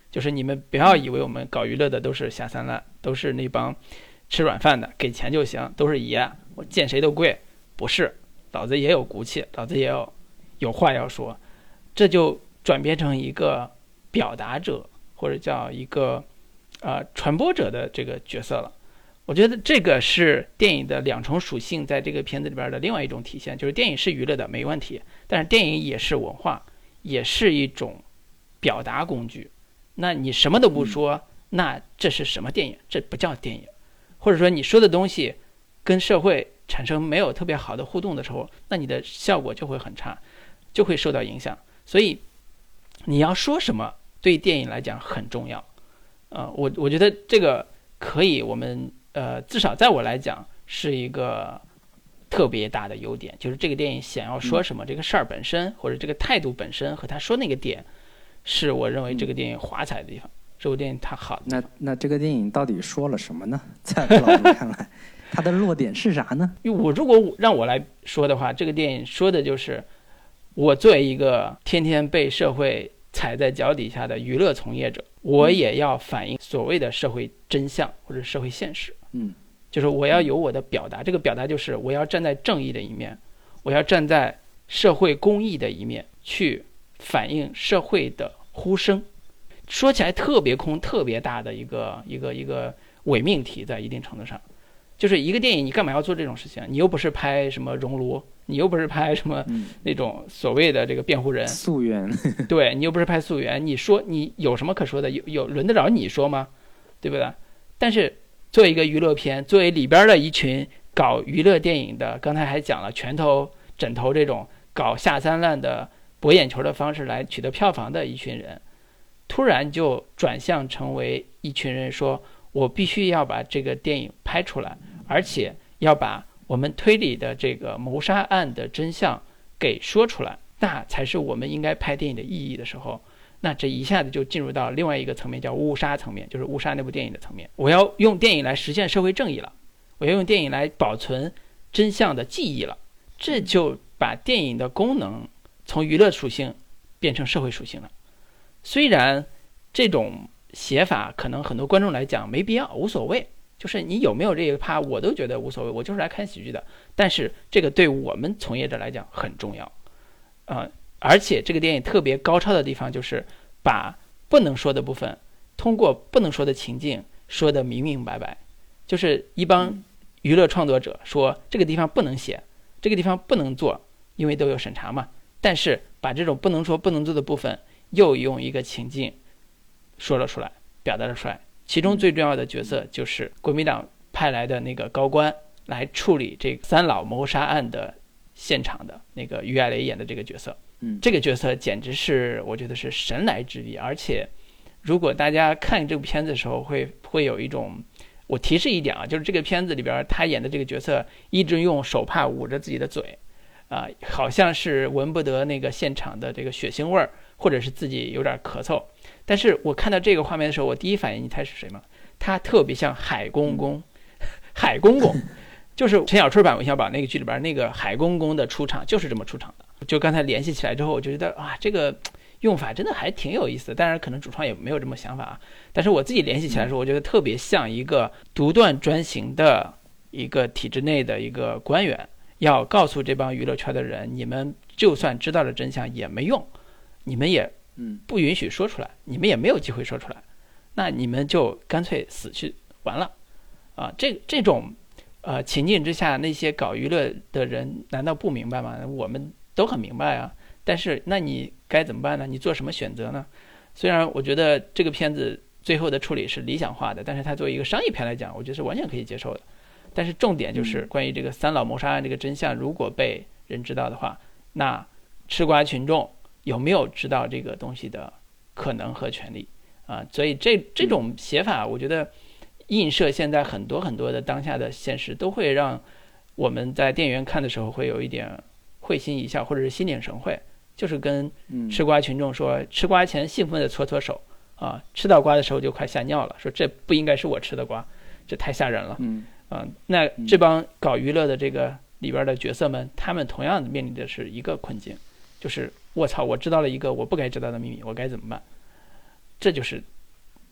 就是你们不要以为我们搞娱乐的都是下三滥，都是那帮吃软饭的，给钱就行，都是爷，我见谁都跪。不是，老子也有骨气，老子也有话要说。这就转变成一个表达者或者叫一个传播者的这个角色了。我觉得这个是电影的两重属性在这个片子里边的另外一种体现，就是电影是娱乐的没问题，但是电影也是文化，也是一种表达工具。那你什么都不说，那这是什么电影？这不叫电影。或者说你说的东西跟社会产生没有特别好的互动的时候，那你的效果就会很差，就会受到影响。所以你要说什么对电影来讲很重要。我觉得这个可以，我们至少在我来讲是一个特别大的优点，就是这个电影想要说什么，这个事儿本身或者这个态度本身和他说那个点，是我认为这个电影华彩的地方，这部电影它好。 那这个电影到底说了什么呢？在老师看来，它的落点是啥呢？ 因为如果让我来说的话，这个电影说的就是我作为一个天天被社会踩在脚底下的娱乐从业者，我也要反映所谓的社会真相或者社会现实。就是我要有我的表达，这个表达就是我要站在正义的一面，我要站在社会公益的一面去反映社会的呼声。说起来特别空特别大的一个伪命题，在一定程度上就是一个电影你干嘛要做这种事情？你又不是拍什么熔炉，你又不是拍什么那种所谓的这个辩护人溯源对，你又不是拍溯源，你说你有什么可说的？有轮得着你说吗？对不对？但是作为一个娱乐片，作为里边的一群搞娱乐电影的，刚才还讲了拳头枕头这种搞下三滥的博眼球的方式来取得票房的一群人，突然就转向成为一群人说我必须要把这个电影拍出来，而且要把我们推理的这个谋杀案的真相给说出来，那才是我们应该拍电影的意义的时候，那这一下子就进入到另外一个层面，叫误杀层面，就是误杀那部电影的层面。我要用电影来实现社会正义了，我要用电影来保存真相的记忆了，这就把电影的功能从娱乐属性变成社会属性了。虽然这种写法可能很多观众来讲没必要，无所谓，就是你有没有这个趴我都觉得无所谓，我就是来看喜剧的，但是这个对我们从业者来讲很重要。而且这个电影特别高超的地方就是把不能说的部分通过不能说的情境说得明明白白，就是一帮娱乐创作者说这个地方不能写，这个地方不能做，因为都有审查嘛，但是把这种不能说不能做的部分又用一个情境说了出来，表达了出来。其中最重要的角色就是国民党派来的那个高官来处理这个三老谋杀案的现场的那个于爱蕾演的这个角色。这个角色简直是我觉得是神来之笔，而且如果大家看这部片子的时候会有一种，我提示一点啊，就是这个片子里边他演的这个角色一直用手帕捂着自己的嘴好像是闻不得那个现场的这个血腥味儿，或者是自己有点咳嗽。但是我看到这个画面的时候，我第一反应你猜是谁吗？他特别像海公公海公公就是陈小春版韦小宝那个剧里边那个海公公的出场就是这么出场的。就刚才联系起来之后，我就觉得这个用法真的还挺有意思的，当然可能主创也没有这么想法但是我自己联系起来的时候，我觉得特别像一个独断专行的一个体制内的一个官员，要告诉这帮娱乐圈的人，你们就算知道了真相也没用，你们也不允许说出来，你们也没有机会说出来，那你们就干脆死去完了这种情境之下，那些搞娱乐的人难道不明白吗？我们都很明白啊，但是那你该怎么办呢？你做什么选择呢？虽然我觉得这个片子最后的处理是理想化的，但是它作为一个商业片来讲，我觉得是完全可以接受的。但是重点就是关于这个三老谋杀案这个真相，如果被人知道的话，那吃瓜群众有没有知道这个东西的可能和权利所以这种写法，我觉得映射现在很多很多的当下的现实，都会让我们在电影院看的时候会有一点会心一笑，或者是心领神会，就是跟吃瓜群众说，吃瓜前兴奋的搓搓手吃到瓜的时候就快吓尿了，说这不应该是我吃的瓜，这太吓人了那这帮搞娱乐的这个里边的角色们，他们同样面临的是一个困境，就是我操，我知道了一个我不该知道的秘密，我该怎么办？这就是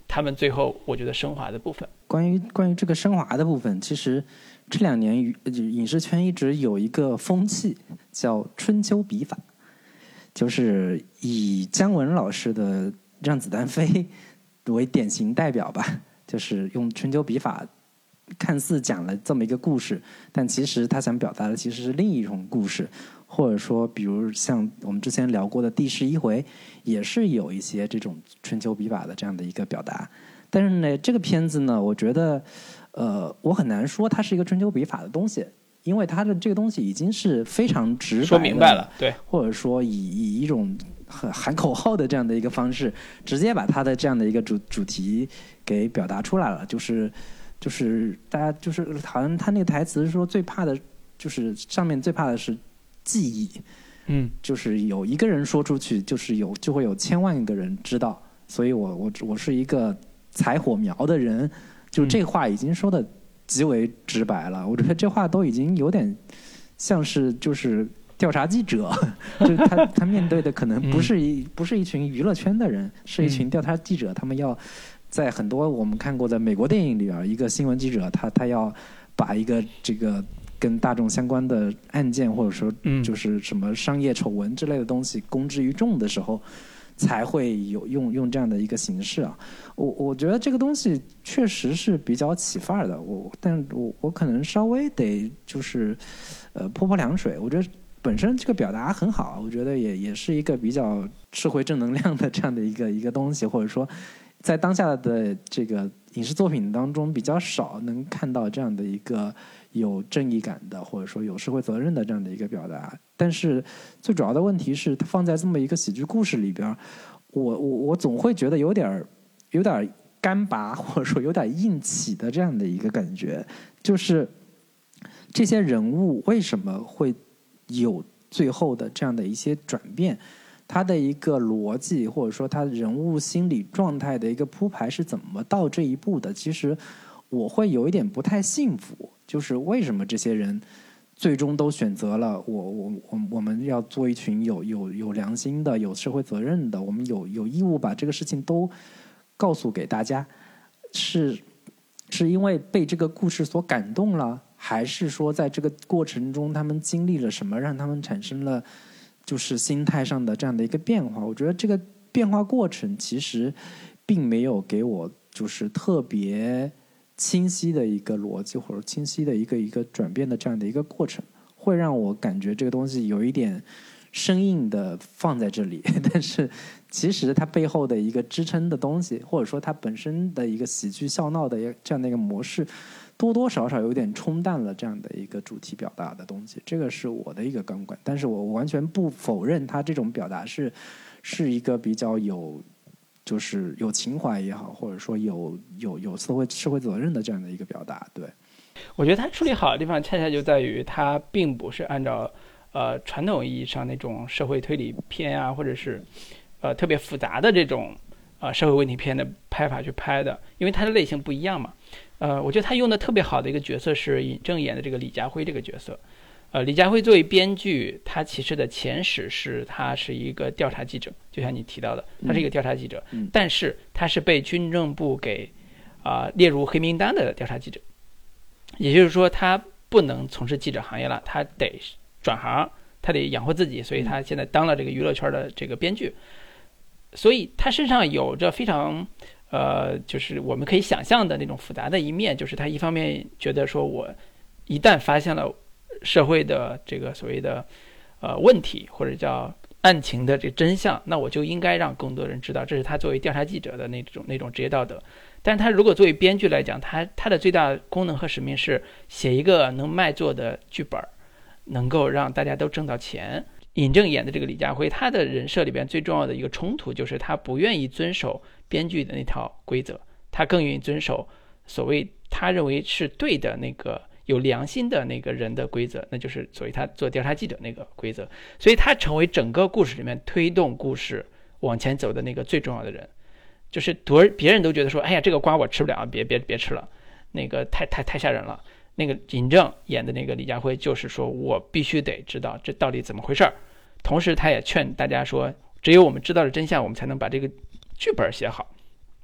他们最后我觉得升华的部分。 关于这个升华的部分，其实这2年影视圈一直有一个风气叫春秋笔法，就是以姜文老师的《让子弹飞》为典型代表吧，就是用春秋笔法看似讲了这么一个故事，但其实他想表达的其实是另一种故事。或者说比如像我们之前聊过的第11回也是有一些这种春秋笔法的这样的一个表达。但是呢这个片子呢我觉得我很难说它是一个春秋笔法的东西，因为它的这个东西已经是非常直白说明白了，对， 或者说以一种很喊口号的这样的一个方式直接把它的这样的一个主题给表达出来了。就是大家就是好像他那个台词是说最怕的就是上面最怕的是记忆，就是有一个人说出去就会有千万个人知道，所以我是一个采火苗的人，就这话已经说的极为直白了。我觉得这话都已经有点像是就是调查记者，就是他面对的可能不是一群娱乐圈的人，是一群调查记者，他们要在很多我们看过的美国电影里边，一个新闻记者他要把一个这个跟大众相关的案件或者说就是什么商业丑闻之类的东西公之于众的时候才会有用这样的一个形式啊。我觉得这个东西确实是比较起范儿的，但我可能稍微得就是泼凉水。我觉得本身这个表达很好，我觉得也是一个比较社会正能量的这样的一个东西，或者说在当下的这个影视作品当中比较少能看到这样的一个有正义感的或者说有社会责任的这样的一个表达。但是最主要的问题是它放在这么一个喜剧故事里边，我总会觉得有点干拔或者说有点硬起的这样的一个感觉，就是这些人物为什么会有最后的这样的一些转变，他的一个逻辑或者说他人物心理状态的一个铺排是怎么到这一步的，其实我会有一点不太幸福。就是为什么这些人最终都选择了我们要做一群有良心的有社会责任的，我们有义务把这个事情都告诉给大家，是因为被这个故事所感动了，还是说在这个过程中他们经历了什么让他们产生了就是心态上的这样的一个变化。我觉得这个变化过程其实并没有给我就是特别清晰的一个逻辑或者清晰的一个转变的这样的一个过程，会让我感觉这个东西有一点生硬的放在这里，但是其实它背后的一个支撑的东西，或者说它本身的一个喜剧笑闹的这样的一个模式，多多少少有点冲淡了这样的一个主题表达的东西。这个是我的一个观感，但是我完全不否认它这种表达是一个比较就是有情怀也好，或者说有社会责任的这样的一个表达。对， 我觉得他处理好的地方恰恰就在于他并不是按照传统意义上那种社会推理片啊，或者是特别复杂的这种社会问题片的拍法去拍的，因为它的类型不一样嘛。我觉得他用的特别好的一个角色是尹正演的这个李家辉这个角色。李家辉作为编剧，他其实的前史是他是一个调查记者，就像你提到的，他是一个调查记者，但是他是被军政部给列入黑名单的调查记者，也就是说他不能从事记者行业了，他得转行，他得养活自己，所以他现在当了这个娱乐圈的这个编剧。所以他身上有着非常就是我们可以想象的那种复杂的一面，就是他一方面觉得说我一旦发现了社会的这个所谓的问题或者叫案情的这真相，那我就应该让更多人知道，这是他作为调查记者的那种职业道德。但是他如果作为编剧来讲，他的最大功能和使命是写一个能卖座的剧本，能够让大家都挣到钱。尹正演的这个李家辉，他的人设里边最重要的一个冲突就是他不愿意遵守编剧的那套规则，他更愿意遵守所谓他认为是对的那个有良心的那个人的规则，那就是所谓他做调查记者那个规则。所以他成为整个故事里面推动故事往前走的那个最重要的人，就是别人都觉得说，哎呀，这个瓜我吃不了，别吃了，那个太吓人了。那个尹正演的那个李家辉就是说，我必须得知道这到底怎么回事，同时他也劝大家说，只有我们知道了真相，我们才能把这个剧本写好。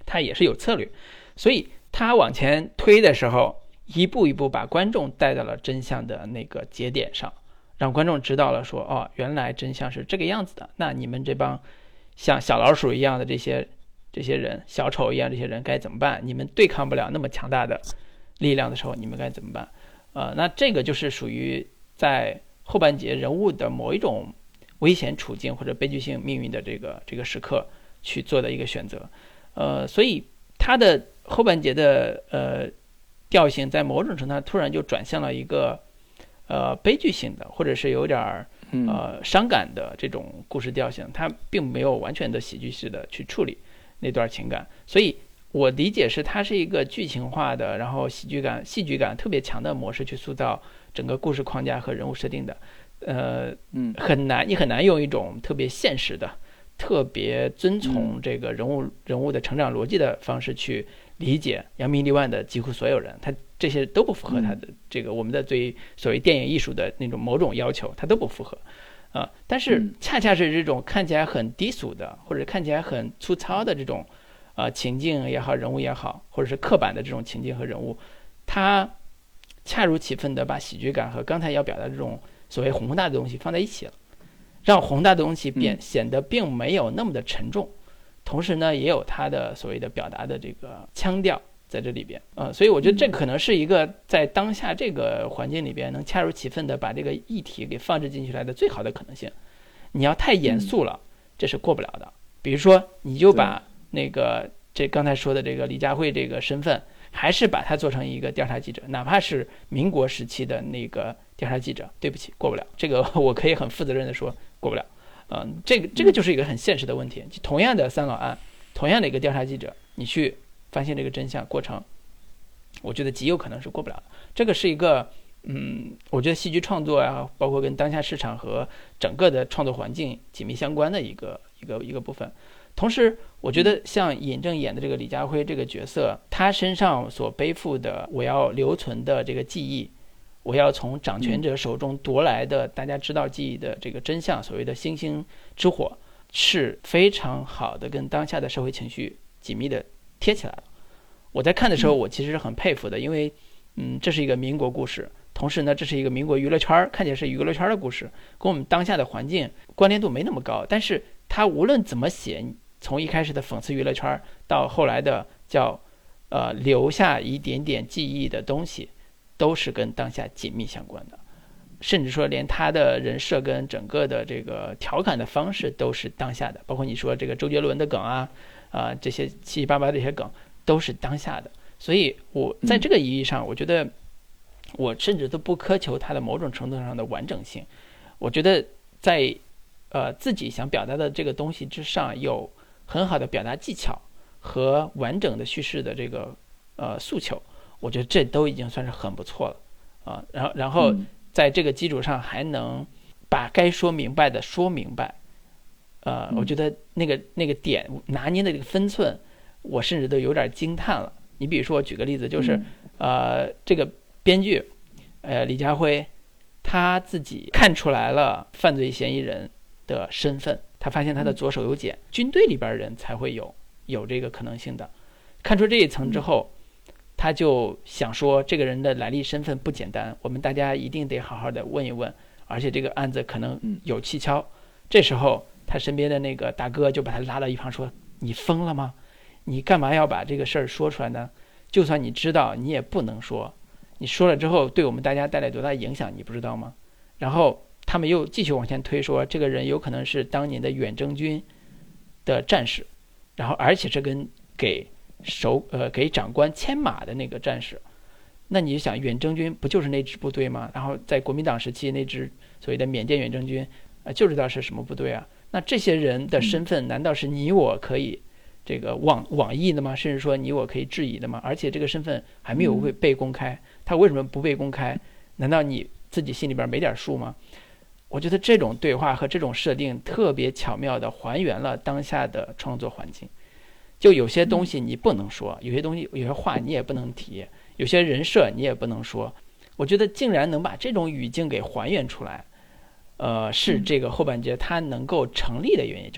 他也是有策略，所以他往前推的时候，一步一步把观众带到了真相的那个节点上，让观众知道了说，哦，原来真相是这个样子的，那你们这帮像小老鼠一样的这些人，小丑一样这些人该怎么办？你们对抗不了那么强大的力量的时候，你们该怎么办？那这个就是属于在后半节人物的某一种危险处境或者悲剧性命运的这个时刻去做的一个选择。所以他的后半节的调性在某种程度上突然就转向了一个悲剧性的，或者是有点伤感的这种故事调性，他并没有完全的喜剧式的去处理那段情感，所以我理解是它是一个剧情化的，然后戏剧感特别强的模式去塑造整个故事框架和人物设定的。你很难用一种特别现实的、特别遵从这个人物的成长逻辑的方式去理解扬名立万的几乎所有人，他这些都不符合他的这个我们的对于所谓电影艺术的那种某种要求，他都不符合。但是恰恰是这种看起来很低俗的，或者看起来很粗糙的这种情境也好，人物也好，或者是刻板的这种情境和人物，它恰如其分的把喜剧感和刚才要表达这种所谓宏大的东西放在一起了，让宏大的东西显得并没有那么的沉重，同时呢，也有它的所谓的表达的这个腔调在这里边。所以我觉得这可能是一个在当下这个环境里边能恰如其分的把这个议题给放置进去来的最好的可能性。你要太严肃了，这是过不了的。比如说，你就把那个这刚才说的这个李佳慧这个身份，还是把它做成一个调查记者，哪怕是民国时期的那个调查记者，对不起，过不了。这个我可以很负责任的说，过不了。这个就是一个很现实的问题。同样的三老案，同样的一个调查记者，你去发现这个真相过程，我觉得极有可能是过不了的。这个是一个我觉得戏剧创作啊，包括跟当下市场和整个的创作环境紧密相关的一个部分。同时我觉得像尹正演的这个李家辉这个角色，他身上所背负的我要留存的这个记忆，我要从掌权者手中夺来的大家知道记忆的这个真相，所谓的星星之火，是非常好的跟当下的社会情绪紧密的贴起来了。我在看的时候我其实是很佩服的，因为这是一个民国故事，同时呢这是一个民国娱乐圈，看起来是娱乐圈的故事，跟我们当下的环境关联度没那么高，但是他无论怎么写，从一开始的讽刺娱乐圈到后来的叫留下一点点记忆的东西，都是跟当下紧密相关的，甚至说连他的人设跟整个的这个调侃的方式都是当下的，包括你说这个周杰伦的梗这些七七八八这些梗都是当下的。所以我在这个意义上，我觉得我甚至都不苛求它的某种程度上的完整性。我觉得在自己想表达的这个东西之上，有很好的表达技巧和完整的叙事的这个诉求，我觉得这都已经算是很不错了然后在这个基础上还能把该说明白的说明白，我觉得那个点拿捏的这个分寸，我甚至都有点惊叹了。你比如说，我举个例子，就是这个编剧李家辉，他自己看出来了犯罪嫌疑人的身份，他发现他的左手有茧，军队里边人才会有这个可能性的。看出这一层之后，他就想说这个人的来历身份不简单，我们大家一定得好好的问一问，而且这个案子可能有蹊跷。这时候他身边的那个大哥就把他拉到一旁说，你疯了吗？你干嘛要把这个事儿说出来呢？就算你知道你也不能说，你说了之后对我们大家带来多大影响你不知道吗？然后他们又继续往前推，说这个人有可能是当年的远征军的战士，然后而且是给长官牵马的那个战士。那你就想，远征军不就是那支部队吗？然后在国民党时期那支所谓的缅甸远征军就知道是什么部队啊。那这些人的身份难道是你我可以这个妄议的吗？甚至说你我可以质疑的吗？而且这个身份还没有被公开，他为什么不被公开？难道你自己心里边没点数吗？我觉得这种对话和这种设定特别巧妙地还原了当下的创作环境。就有些东西你不能说，有些东西有些话你也不能提，有些人设你也不能说。我觉得竟然能把这种语境给还原出来，是这个后半节它能够成立的原因，就是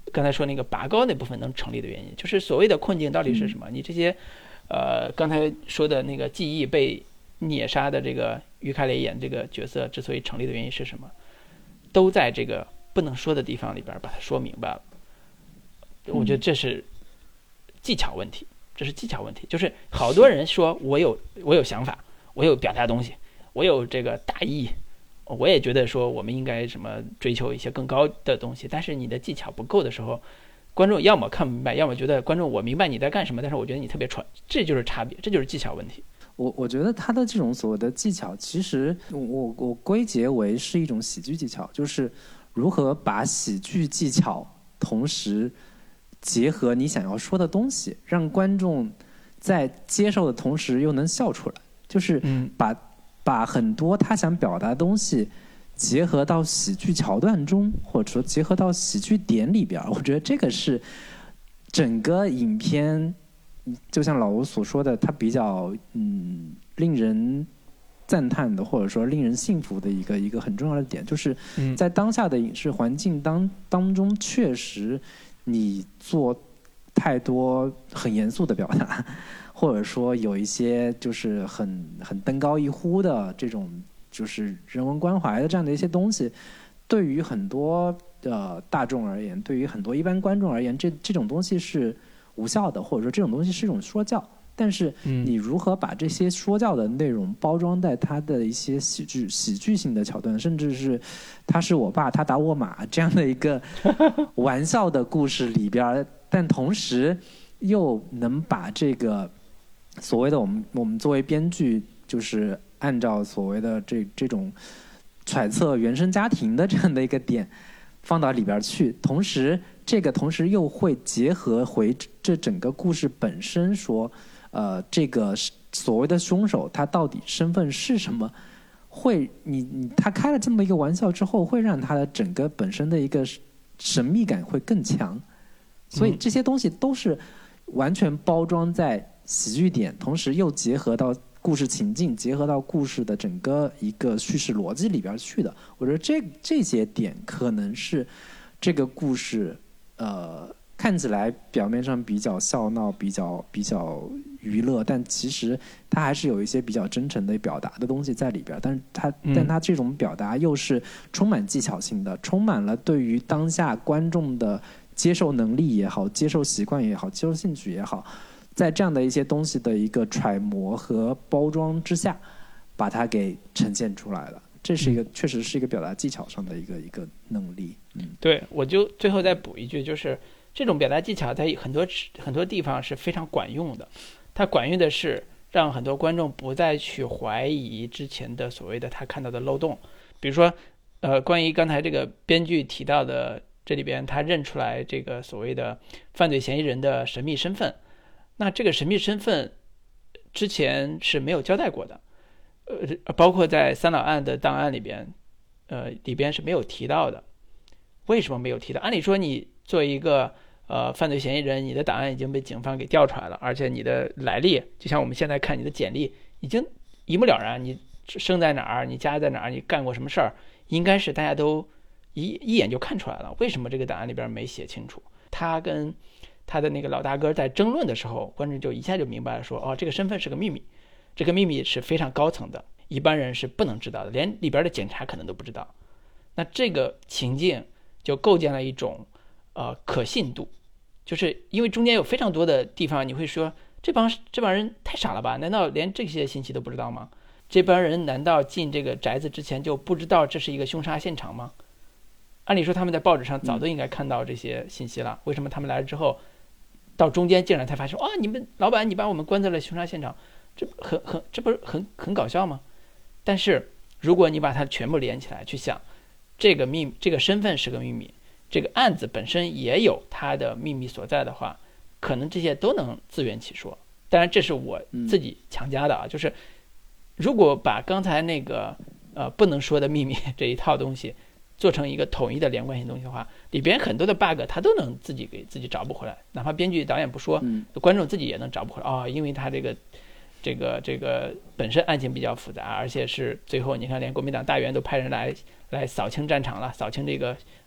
刚才说那个拔高那部分能成立的原因，就是所谓的困境到底是什么？你这些刚才说的那个记忆被碾杀的这个于凯雷演这个角色之所以成立的原因是什么？都在这个不能说的地方里边把它说明白了。我觉得这是技巧问题，这是技巧问题。就是好多人说我有想法，我有表达东西，我有这个大意，我也觉得说我们应该什么追求一些更高的东西，但是你的技巧不够的时候，观众要么看不明白，要么觉得观众我明白你在干什么，但是我觉得你特别蠢，这就是差别，这就是技巧问题。 我觉得他的这种所谓的技巧，其实我归结为是一种喜剧技巧，就是如何把喜剧技巧同时结合你想要说的东西，让观众在接受的同时又能笑出来，就是把很多他想表达的东西结合到喜剧桥段中，或者说结合到喜剧点里边。我觉得这个是整个影片，就像老吴所说的，它比较令人赞叹的，或者说令人信服的一个很重要的点，就是在当下的影视环境当中，确实你做太多很严肃的表达，或者说有一些就是很登高一呼的这种就是人文关怀的这样的一些东西，对于很多大众而言，对于很多一般观众而言，这种东西是无效的，或者说这种东西是一种说教。但是你如何把这些说教的内容包装在它的一些喜剧性的桥段，甚至是他是我爸他打我妈这样的一个玩笑的故事里边，但同时又能把这个所谓的我们作为编剧，就是按照所谓的这种揣测原生家庭的这样的一个点放到里边去，同时又会结合回这整个故事本身说，这个所谓的凶手他到底身份是什么，会他开了这么一个玩笑之后，会让他的整个本身的一个神秘感会更强，所以这些东西都是完全包装在喜剧点，同时又结合到故事情境，结合到故事的整个一个叙事逻辑里边去的。我觉得这些点可能是这个故事看起来表面上比较笑闹，比较娱乐，但其实它还是有一些比较真诚的表达的东西在里边。但它这种表达又是充满技巧性的，充满了对于当下观众的接受能力也好，接受习惯也好，接受兴趣也好，在这样的一些东西的一个揣摩和包装之下，把它给呈现出来了。这是确实是一个表达技巧上的一个能力。 对，我就最后再补一句，就是这种表达技巧在很多地方是非常管用的。它管用的是让很多观众不再去怀疑之前的所谓的他看到的漏洞。比如说关于刚才这个编剧提到的，这里边他认出来这个所谓的犯罪嫌疑人的神秘身份，那这个神秘身份之前是没有交代过的，包括在三老案的档案里边是没有提到的。为什么没有提到？按理说你作为一个犯罪嫌疑人，你的档案已经被警方给调出来了，而且你的来历，就像我们现在看你的简历，已经一目了然，你生在哪儿，你家在哪儿，你干过什么事儿，应该是大家都一眼就看出来了。为什么这个档案里边没写清楚？他跟他的那个老大哥在争论的时候，观众就一下就明白了说，这个身份是个秘密，这个秘密是非常高层的，一般人是不能知道的，连里边的检察可能都不知道。那这个情境就构建了一种可信度，就是因为中间有非常多的地方你会说这帮人太傻了吧，难道连这些信息都不知道吗？这帮人难道进这个宅子之前就不知道这是一个凶杀现场吗？按理说他们在报纸上早都应该看到这些信息了，为什么他们来了之后到中间竟然才发现你们老板你把我们关在了凶杀现场，这不是很搞笑吗？但是如果你把它全部连起来去想，这个身份是个秘密，这个案子本身也有它的秘密所在的话，可能这些都能自圆其说。当然这是我自己强加的就是如果把刚才那个不能说的秘密这一套东西做成一个统一的连贯性东西的话，里边很多的 bug 它都能自己给自己找不回来，哪怕编剧导演不说，观众自己也能找不回来因为他这个本身案情比较复杂，而且是最后你看连国民党大员都派人来扫清战场了，扫清这个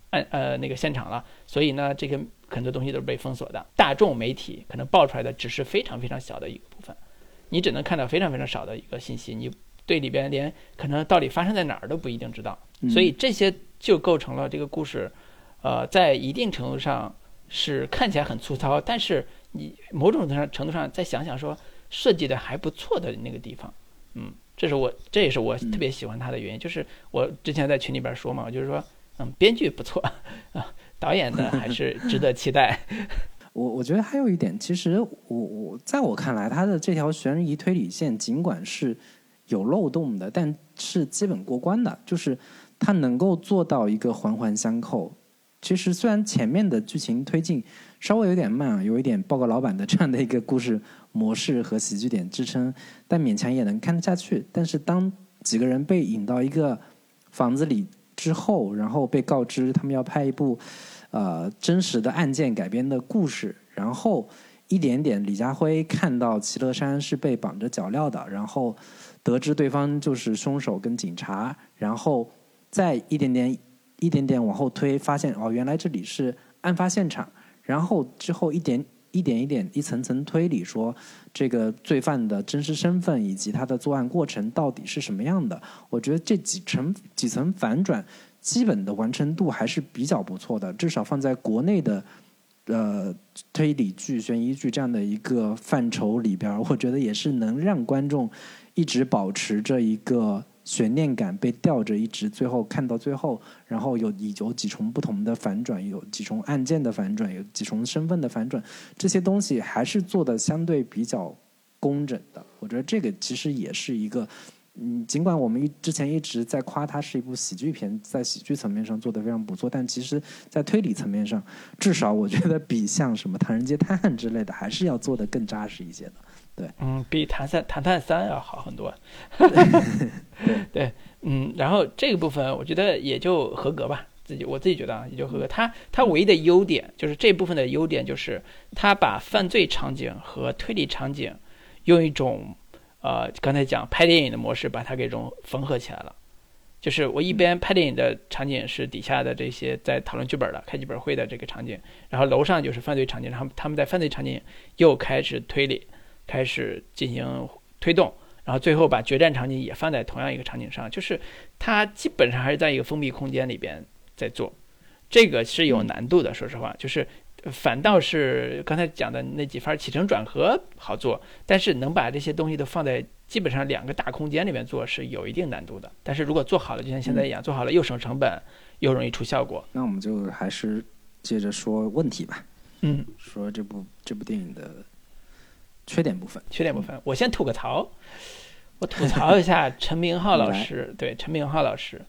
那个现场了，所以呢，这个很多东西都是被封锁的。大众媒体可能爆出来的只是非常非常小的一个部分，你只能看到非常非常少的一个信息，你对里边连可能到底发生在哪儿都不一定知道。所以这些就构成了这个故事，在一定程度上是看起来很粗糙，但是你某种程度上再想想说设计的还不错的那个地方，这也是我特别喜欢它的原因。就是我之前在群里边说嘛，就是说，编剧不错啊，导演呢还是值得期待。 我觉得还有一点，其实在我看来，它的这条悬疑推理线尽管是有漏洞的，但是基本过关的，就是它能够做到一个环环相扣。其实虽然前面的剧情推进稍微有点慢啊，有一点报告老板的这样的一个故事模式和喜剧点支撑，但勉强也能看得下去。但是当几个人被引到一个房子里之后，然后被告知他们要拍一部真实的案件改编的故事，然后一点点李家辉看到齐乐山是被绑着脚镣的，然后得知对方就是凶手跟警察，然后再一点点往后推，发现原来这里是案发现场，然后之后一层层推理，说这个罪犯的真实身份以及他的作案过程到底是什么样的。我觉得这几层反转基本的完成度还是比较不错的，至少放在国内的推理剧、悬疑剧这样的一个范畴里边，我觉得也是能让观众一直保持着一个悬念感，被吊着一直最后看到最后，然后有几重不同的反转，有几重案件的反转，有几重身份的反转，这些东西还是做的相对比较工整的。我觉得这个其实也是一个尽管我们之前一直在夸它是一部喜剧片，在喜剧层面上做得非常不错，但其实在推理层面上，至少我觉得比像什么唐人街探案之类的还是要做得更扎实一些的。对， 比唐探3要好很多。对，然后这个部分我觉得也就合格吧，我自己觉得啊，也就合格。它唯一的优点就是这部分的优点就是它把犯罪场景和推理场景用一种刚才讲拍电影的模式把它给缝合起来了。就是我一边拍电影的场景是底下的这些在讨论剧本的开剧本会的这个场景，然后楼上就是犯罪场景，然后他们在犯罪场景又开始推理，开始进行推动，然后最后把决战场景也放在同样一个场景上，就是它基本上还是在一个封闭空间里边在做，这个是有难度的。说实话，就是反倒是刚才讲的那几番起承转合好做，但是能把这些东西都放在基本上2个大空间里面做是有一定难度的。但是如果做好了，就像现在一样，做好了又省成本又容易出效果。 那我们就还是接着说问题吧。说这部电影的缺点部分， 我先吐个槽，我吐槽一下陈明昊老师。对，陈明昊老师，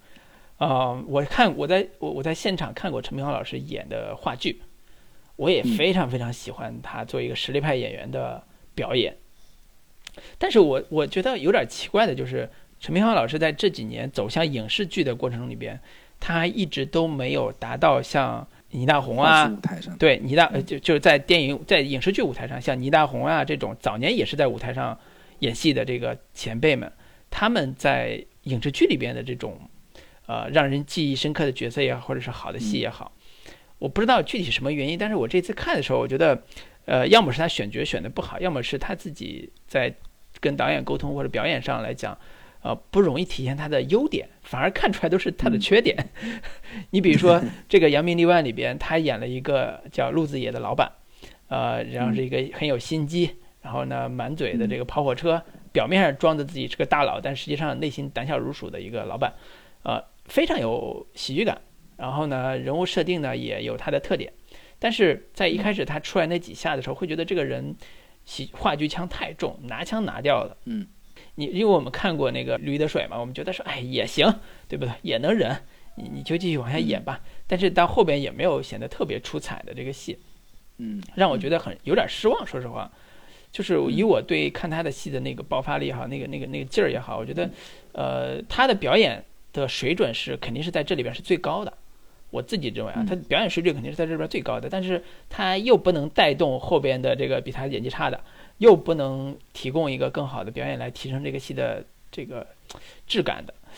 我在现场看过陈明昊老师演的话剧，我也非常非常喜欢他作为一个实力派演员的表演。但是我觉得有点奇怪的就是陈明昊老师在这几年走向影视剧的过程里边，他一直都没有达到像倪大红啊，对，就是在影视剧舞台上，像倪大红啊这种早年也是在舞台上演戏的这个前辈们，他们在影视剧里边的这种让人记忆深刻的角色也好，或者是好的戏也好，我不知道具体什么原因，但是我这次看的时候，我觉得要么是他选角选的不好，要么是他自己在跟导演沟通或者表演上来讲不容易体现他的优点，反而看出来都是他的缺点。你比如说这个《扬名立万》里边，他演了一个叫陆子野的老板，然后是一个很有心机，然后呢满嘴的这个跑火车，表面上装着自己是个大佬，但实际上内心胆小如鼠的一个老板，非常有喜剧感。然后呢，人物设定呢也有他的特点，但是在一开始他出来那几下的时候，会觉得这个人话剧腔太重，拿腔拿调的。因为我们看过那个《驴得水》嘛，我们觉得说，也行，对不对？也能忍，你就继续往下演吧。但是到后边也没有显得特别出彩的这个戏，让我觉得有点失望。说实话，就是以我对看他的戏的那个爆发力也好，那个劲儿也好，我觉得，他的表演的水准肯定是在这里边是最高的。我自己认为啊，他表演水准肯定是在这边最高的，但是他又不能带动后边的这个比他演技差的，又不能提供一个更好的表演来提升这个戏的这个质感的，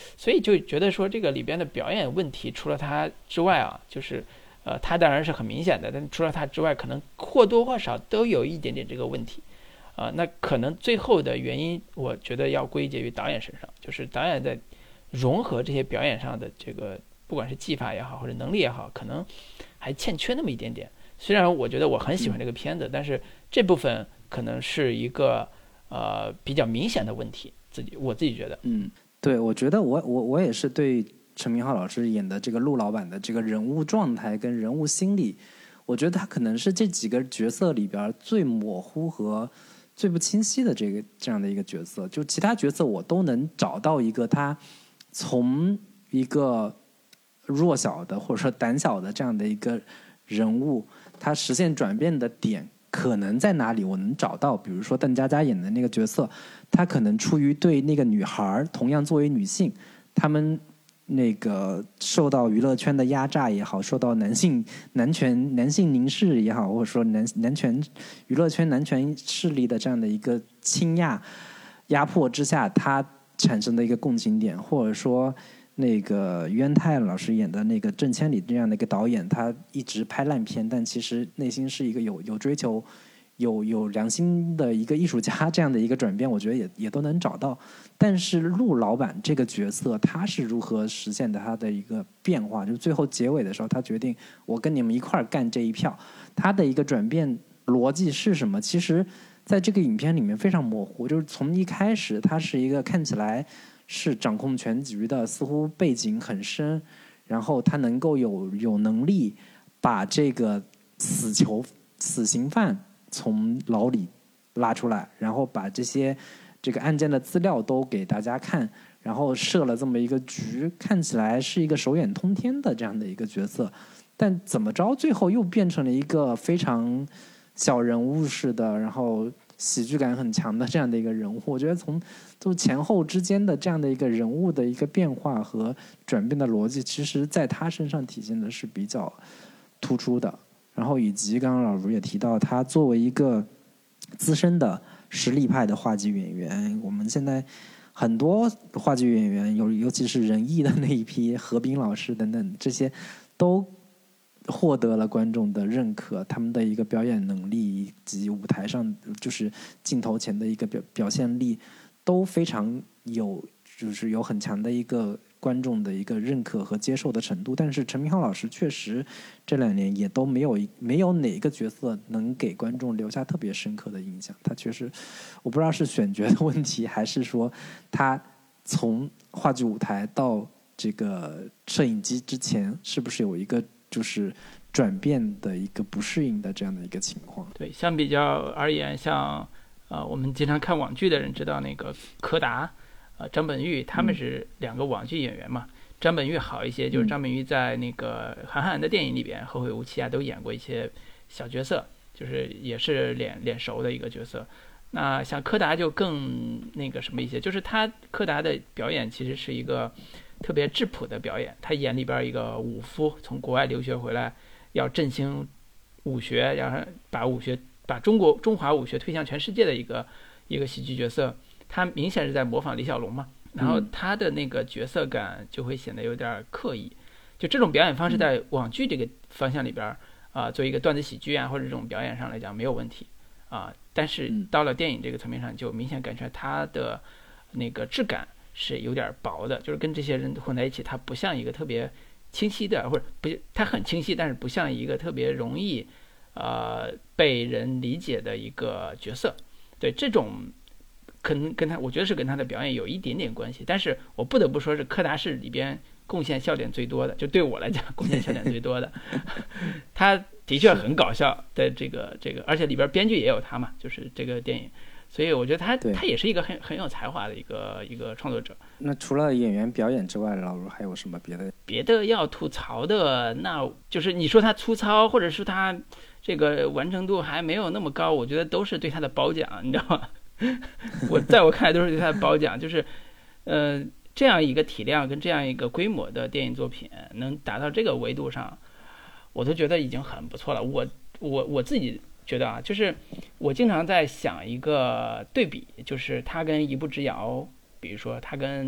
所以就觉得说这个里边的表演问题，除了他之外啊，就是他当然是很明显的，但除了他之外，可能或多或少都有一点点这个问题。那可能最后的原因，我觉得要归结于导演身上，就是导演在融合这些表演上的这个，不管是技法也好，或者能力也好，可能还欠缺那么一点点。虽然我觉得我很喜欢这个片子，但是这部分可能是一个比较明显的问题，我自己觉得。 对，我觉得我也是对陈明昊老师演的这个陆老板的这个人物状态跟人物心理，我觉得他可能是这几个角色里边最模糊和最不清晰的这样的一个角色。就其他角色我都能找到一个他从一个弱小的或者说胆小的这样的一个人物，他实现转变的点可能在哪里，我能找到。比如说邓家佳演的那个角色，他可能出于对那个女孩同样作为女性，他们那个受到娱乐圈的压榨也好，受到男性凝视也好，或者说男权娱乐圈男权势力的这样的一个倾压迫之下，他产生的一个共情点，或者说那个于恩泰老师演的那个郑千里这样的一个导演，他一直拍烂片，但其实内心是一个有追求、有良心的一个艺术家，这样的一个转变，我觉得也都能找到。但是陆老板这个角色，他是如何实现的他的一个变化？就是最后结尾的时候，他决定我跟你们一块儿干这一票，他的一个转变逻辑是什么？其实在这个影片里面非常模糊，就是从一开始他是一个看起来是掌控全局的，似乎背景很深，然后他能够有能力把这个死刑犯从牢里拉出来，然后把这个案件的资料都给大家看，然后设了这么一个局，看起来是一个手眼通天的这样的一个角色，但怎么着最后又变成了一个非常小人物式的，然后喜剧感很强的这样的一个人物。我觉得从前后之间的这样的一个人物的一个变化和转变的逻辑，其实在他身上体现的是比较突出的。然后以及刚刚老卢也提到，他作为一个资深的实力派的话剧演员，我们现在很多话剧演员，尤其是仁义的那一批，何冰老师等等，这些都获得了观众的认可，他们的一个表演能力以及舞台上就是镜头前的一个表现力都非常就是有很强的一个观众的一个认可和接受的程度。但是陈明昊老师确实这2年也都没有哪个角色能给观众留下特别深刻的印象。他确实，我不知道是选角的问题，还是说他从话剧舞台到这个摄影机之前，是不是有一个就是转变的一个不适应的这样的一个情况？ 对，相比较而言，像我们经常看网剧的人知道那个柯达。张本煜他们是2个网剧演员嘛，张本煜好一些，就是张本煜在那个韩寒的电影里边《后会无期》啊都演过一些小角色，就是也是脸熟的一个角色。那像柯达就更那个什么一些，就是柯达的表演其实是一个特别质朴的表演，他演里边一个武夫从国外留学回来，要振兴武学，然后把中华武学推向全世界的一个喜剧角色。他明显是在模仿李小龙嘛，然后他的那个角色感就会显得有点刻意。就这种表演方式在网剧这个方向里边做一个段子喜剧啊，或者这种表演上来讲没有问题但是到了电影这个层面上，就明显感觉他的那个质感是有点薄的，就是跟这些人混在一起，他不像一个特别清晰的，或者不，他很清晰，但是不像一个特别容易被人理解的一个角色。对，这种可能我觉得是跟他的表演有一点点关系，但是我不得不说是柯达是里边贡献笑点最多的，就对我来讲贡献笑点最多的。他的确很搞笑的这个，而且里边编剧也有他嘛，就是这个电影，所以我觉得他也是一个很有才华的一个创作者。 那除了演员表演之外，老卢还有什么别的要吐槽的？那就是你说他粗糙，或者是他这个完成度还没有那么高，我觉得都是对他的褒奖，你知道吗？在我看来都是对他的褒奖，就是这样一个体量跟这样一个规模的电影作品能达到这个维度上，我都觉得已经很不错了。我自己觉得就是我经常在想一个对比，就是他跟一步之遥，比如说他跟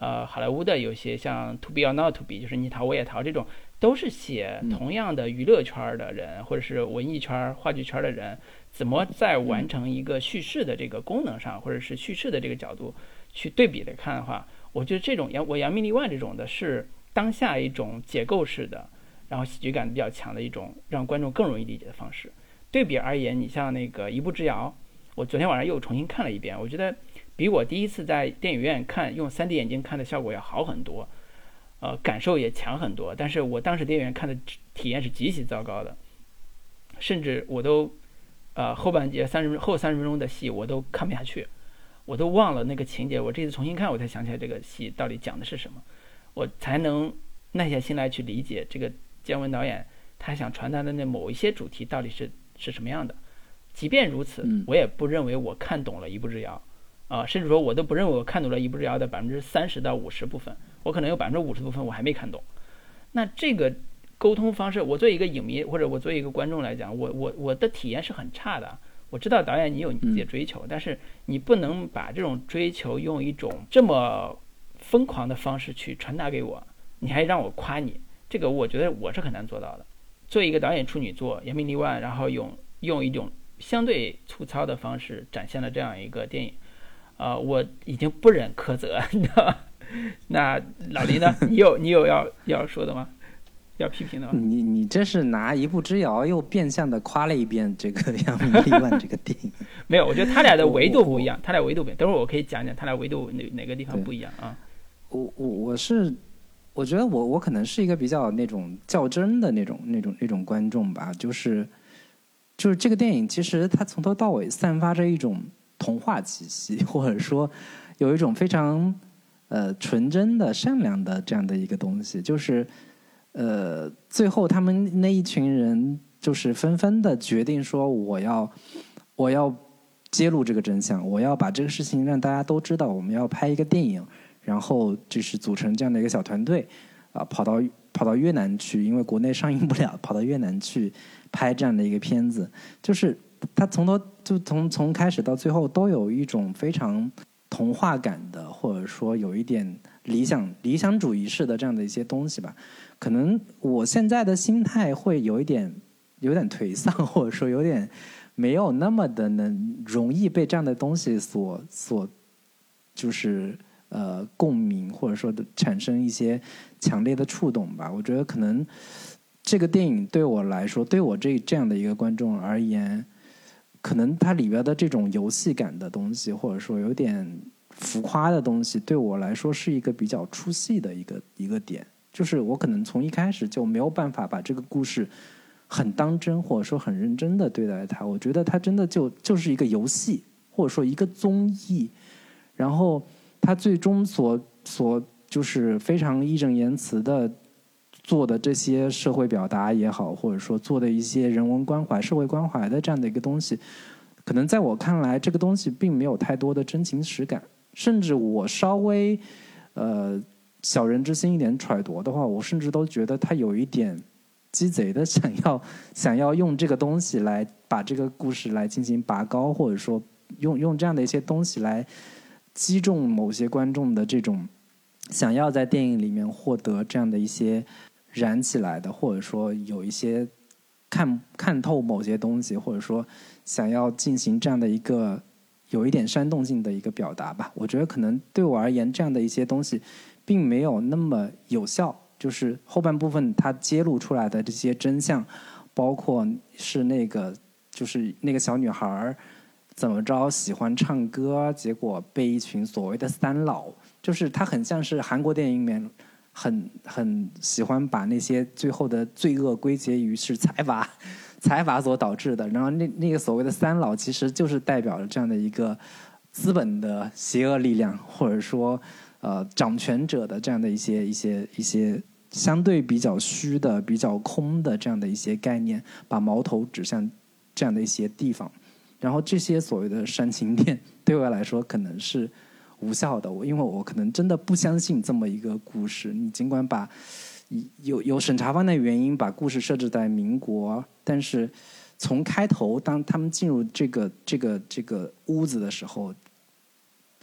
好莱坞的有些像 To Be or Not to Be， 就是你逃我也逃这种，都是写同样的娱乐圈的人，或者是文艺圈、话剧圈的人，怎么在完成一个叙事的这个功能上，或者是叙事的这个角度去对比来看的话，我觉得这种扬名立万这种的是当下一种解构式的，然后喜剧感比较强的一种让观众更容易理解的方式。对比而言，你像那个一步之遥，我昨天晚上又重新看了一遍，我觉得比我第一次在电影院看用 3D 眼镜看的效果要好很多，感受也强很多。但是我当时电影院看的体验是极其糟糕的，甚至我都后半节后30分钟的戏我都看不下去，我都忘了那个情节。我这次重新看，我才想起来这个戏到底讲的是什么，我才能耐下心来去理解这个姜文导演他想传达的那某一些主题到底是什么样的。即便如此，我也不认为我看懂了一步之遥，甚至说我都不认为我看懂了一步之遥的30%到50%部分，我可能有50%部分我还没看懂。那这个沟通方式，我作为一个影迷或者我作为一个观众来讲，我的体验是很差的。我知道导演你有你自己的追求，但是你不能把这种追求用一种这么疯狂的方式去传达给我，你还让我夸你，这个我觉得我是很难做到的。作为一个导演处女作扬名立万，然后用一种相对粗糙的方式展现了这样一个电影，我已经不忍苛责，你知道吗？那老黎呢？你有要说的吗？要批评的吗？ 你这是拿一步之遥又变相的夸了一遍这个扬名立万这个电影。 没有，我觉得他俩的维度不一样，他俩维度不一样。等会儿我可以讲讲他俩维度哪个地方不一样啊？ 我觉得我可能是一个比较那种较真的那种观众吧，就是这个电影其实它从头到尾散发着一种童话气息，或者说有一种非常纯真的善良的这样的一个东西，就是最后他们那一群人就是纷纷的决定说我要揭露这个真相，我要把这个事情让大家都知道，我们要拍一个电影，然后就是组成这样的一个小团队跑到越南去，因为国内上映不了，跑到越南去拍这样的一个片子。就是他从开始到最后都有一种非常童话感的，或者说有一点理想主义式的这样的一些东西吧。可能我现在的心态会有点颓丧，或者说有点没有那么的容易被这样的东西所就是共鸣，或者说产生一些强烈的触动吧。我觉得可能这个电影对我来说，对我这样的一个观众而言，可能它里边的这种游戏感的东西，或者说有点浮夸的东西，对我来说是一个比较出戏的一个点。就是我可能从一开始就没有办法把这个故事很当真，或者说很认真的对待它。我觉得它真的就是一个游戏，或者说一个综艺，然后它最终所就是非常义正言辞的做的这些社会表达也好，或者说做的一些人文关怀、社会关怀的这样的一个东西，可能在我看来，这个东西并没有太多的真情实感，甚至我稍微小人之心一点揣度的话，我甚至都觉得他有一点鸡贼的想要用这个东西来把这个故事来进行拔高，或者说用这样的一些东西来击中某些观众的这种想要在电影里面获得这样的一些燃起来的，或者说有一些看透某些东西，或者说想要进行这样的一个有一点煽动性的一个表达吧。我觉得可能对我而言，这样的一些东西并没有那么有效。就是后半部分它揭露出来的这些真相，包括是就是那个小女孩怎么着喜欢唱歌，结果被一群所谓的三老，就是它很像是韩国电影里面很喜欢把那些最后的罪恶归结于是财阀所导致的，然后那个所谓的三老其实就是代表了这样的一个资本的邪恶力量，或者说掌权者的这样的一些相对比较虚的、比较空的这样的一些概念，把矛头指向这样的一些地方。然后这些所谓的煽情片对我来说可能是无效的，因为我可能真的不相信这么一个故事。你尽管把有审查方的原因把故事设置在民国，但是从开头当他们进入这个屋子的时候，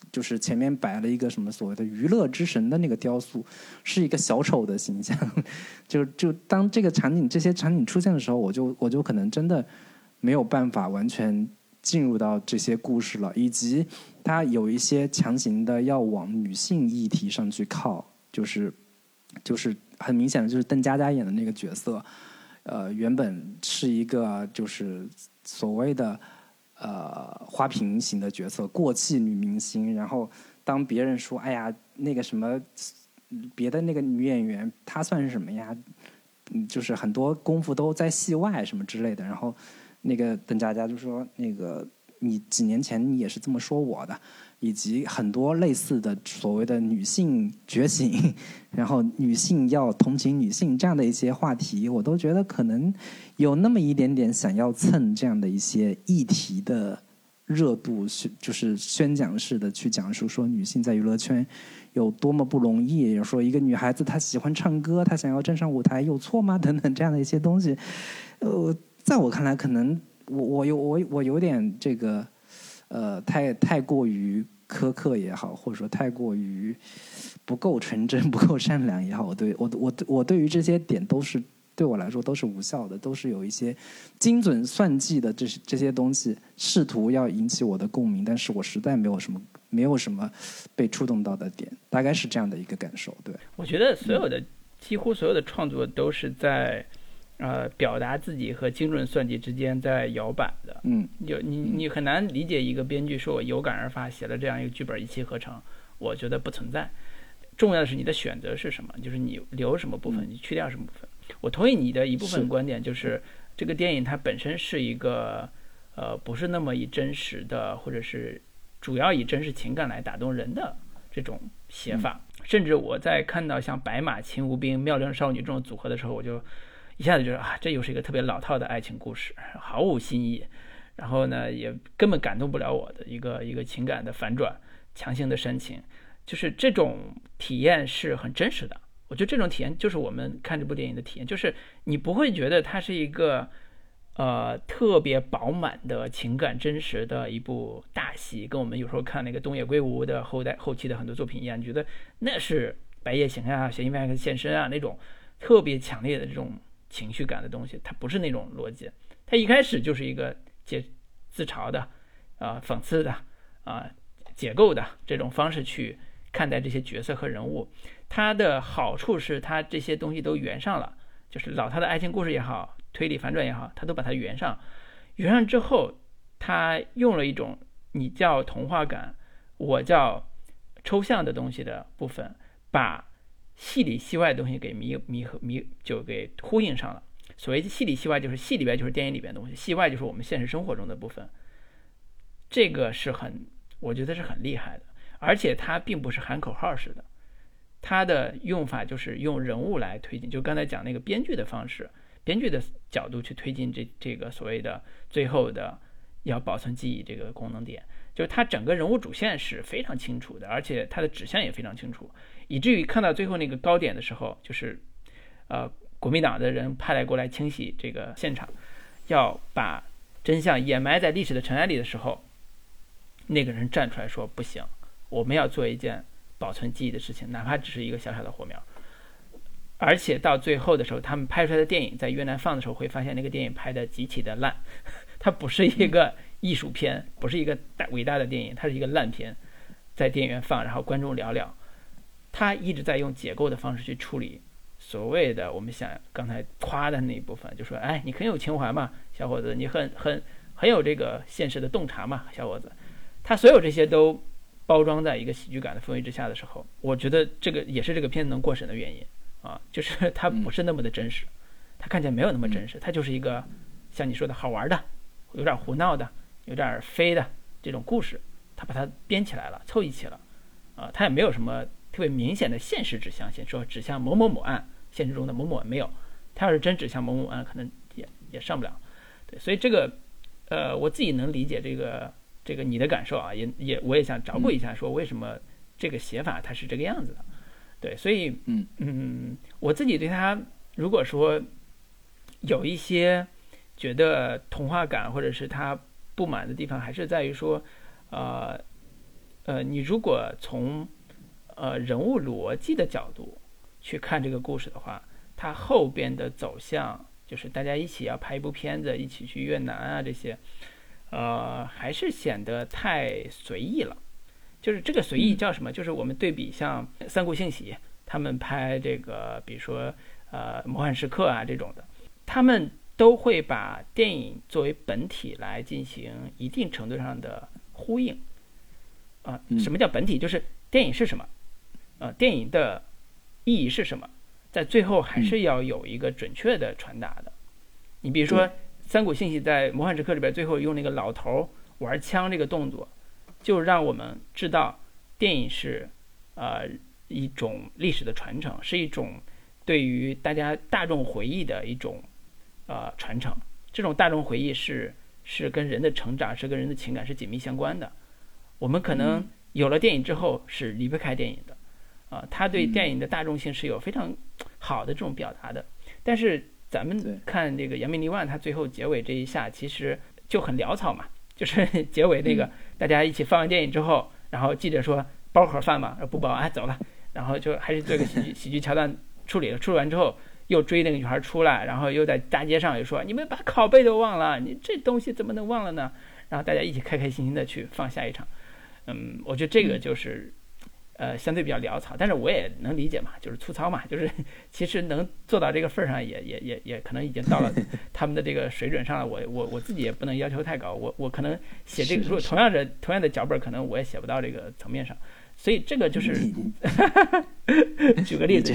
就是前面摆了一个什么所谓的娱乐之神的那个雕塑，是一个小丑的形象。就当这些场景出现的时候，我就可能真的没有办法完全进入到这些故事了，以及它有一些强行的要往女性议题上去靠，就是很明显的就是邓家佳演的那个角色，原本是一个就是所谓的花瓶型的角色，过气女明星。然后当别人说哎呀那个什么别的那个女演员她算是什么呀，就是很多功夫都在戏外什么之类的，然后那个邓家佳就说那个你几年前你也是这么说我的，以及很多类似的所谓的女性觉醒，然后女性要同情女性这样的一些话题，我都觉得可能有那么一点点想要蹭这样的一些议题的热度，就是宣讲式的去讲述说女性在娱乐圈有多么不容易，有说一个女孩子她喜欢唱歌，她想要站上舞台有错吗？等等这样的一些东西，在我看来可能我有点这个太过于苛刻也好，或者说太过于不够纯真不够善良也好，我对于这些点都是对我来说都是无效的，都是有一些精准算计的这些东西试图要引起我的共鸣，但是我实在没有什么被触动到的点，大概是这样的一个感受。对， 我觉得几乎所有的创作都是在表达自己和精准算计之间在摇摆的。你很难理解一个编剧说我有感而发写了这样一个剧本一气呵成，我觉得不存在。重要的是你的选择是什么，就是你留什么部分，你去掉什么部分。我同意你的一部分观点，就是这个电影它本身是一个不是那么以真实的，或者是主要以真实情感来打动人的这种写法。甚至我在看到像白马、秦无兵、妙龄少女这种组合的时候，我就一下子觉得这又是一个特别老套的爱情故事，毫无新意，然后呢也根本感动不了我的一个情感的反转，强行的煽情，就是这种体验是很真实的。我觉得这种体验就是我们看这部电影的体验，就是你不会觉得它是一个特别饱满的情感真实的一部大戏，跟我们有时候看那个东野圭吾的后期的很多作品一样，你觉得那是白夜行啊、嫌疑犯现身啊那种特别强烈的这种情绪感的东西，它不是那种逻辑，它一开始就是一个自嘲的讽刺的解构的这种方式去看待这些角色和人物。它的好处是它这些东西都圆上了，就是老套的爱情故事也好，推理反转也好，它都把它圆上之后，它用了一种你叫童话感我叫抽象的东西的部分，把戏里戏外的东西给就给呼应上了。所谓戏里戏外，就是戏里边就是电影里边的东西，戏外就是我们现实生活中的部分。这个是我觉得是很厉害的，而且它并不是喊口号式的，它的用法就是用人物来推进，就刚才讲那个编剧的方式，编剧的角度去推进这个所谓的最后的要保存记忆这个功能点，就是它整个人物主线是非常清楚的，而且它的指向也非常清楚，以至于看到最后那个高点的时候，就是国民党的人派来过来清洗这个现场，要把真相掩埋在历史的尘埃里的时候，那个人站出来说不行，我们要做一件保存记忆的事情，哪怕只是一个小小的火苗。而且到最后的时候，他们拍出来的电影在越南放的时候，会发现那个电影拍的极其的烂，它不是一个艺术片，不是一个伟大的电影，它是一个烂片，在电影院放，然后观众聊聊。他一直在用解构的方式去处理所谓的我们想刚才夸的那一部分，就说哎，你很有情怀嘛，小伙子，你很有这个现实的洞察嘛，小伙子。他所有这些都包装在一个喜剧感的氛围之下的时候，我觉得这个也是这个片子能过审的原因就是它不是那么的真实，它看起来没有那么真实，它就是一个像你说的好玩的，有点胡闹的，有点飞的这种故事，它把它编起来了，凑一起了它也没有什么特别明显的现实指向，说指向某某某案，现实中的某某案没有，它要是真指向某某案，可能也上不了。对，所以这个我自己能理解这个你的感受我也想找补一下，说为什么这个写法它是这个样子的。对，所以我自己对它如果说有一些觉得童话感或者是它不满的地方，还是在于说你如果从人物逻辑的角度去看这个故事的话，它后边的走向就是大家一起要拍一部片子，一起去越南啊这些，还是显得太随意了。就是这个随意叫什么？就是我们对比像三谷幸喜他们拍这个，比如说魔幻时刻啊这种的，他们都会把电影作为本体来进行一定程度上的呼应。什么叫本体？就是电影是什么？电影的意义是什么？在最后还是要有一个准确的传达的。你比如说三谷幸喜在魔幻时刻里边最后用那个老头玩枪这个动作，就让我们知道电影是一种历史的传承，是一种对于大众回忆的一种传承。这种大众回忆是跟人的成长，是跟人的情感是紧密相关的。我们可能有了电影之后是离不开电影的，他对电影的大众性是有非常好的这种表达的。但是咱们看这个扬名立万，他最后结尾这一下其实就很潦草嘛，就是结尾那个大家一起放完电影之后，然后记者说包盒饭嘛，不包，走了，然后就还是这个喜剧桥段处理完之后，又追那个女孩出来，然后又在大街上又说你们把拷贝都忘了，你这东西怎么能忘了呢？然后大家一起开开心心的去放下一场。我觉得这个就是相对比较潦草，但是我也能理解嘛，就是粗糙嘛，就是其实能做到这个份上也可能已经到了他们的这个水准上了。我自己也不能要求太高，我可能写这个如果同样的脚本，可能我也写不到这个层面上。所以这个就是举个例子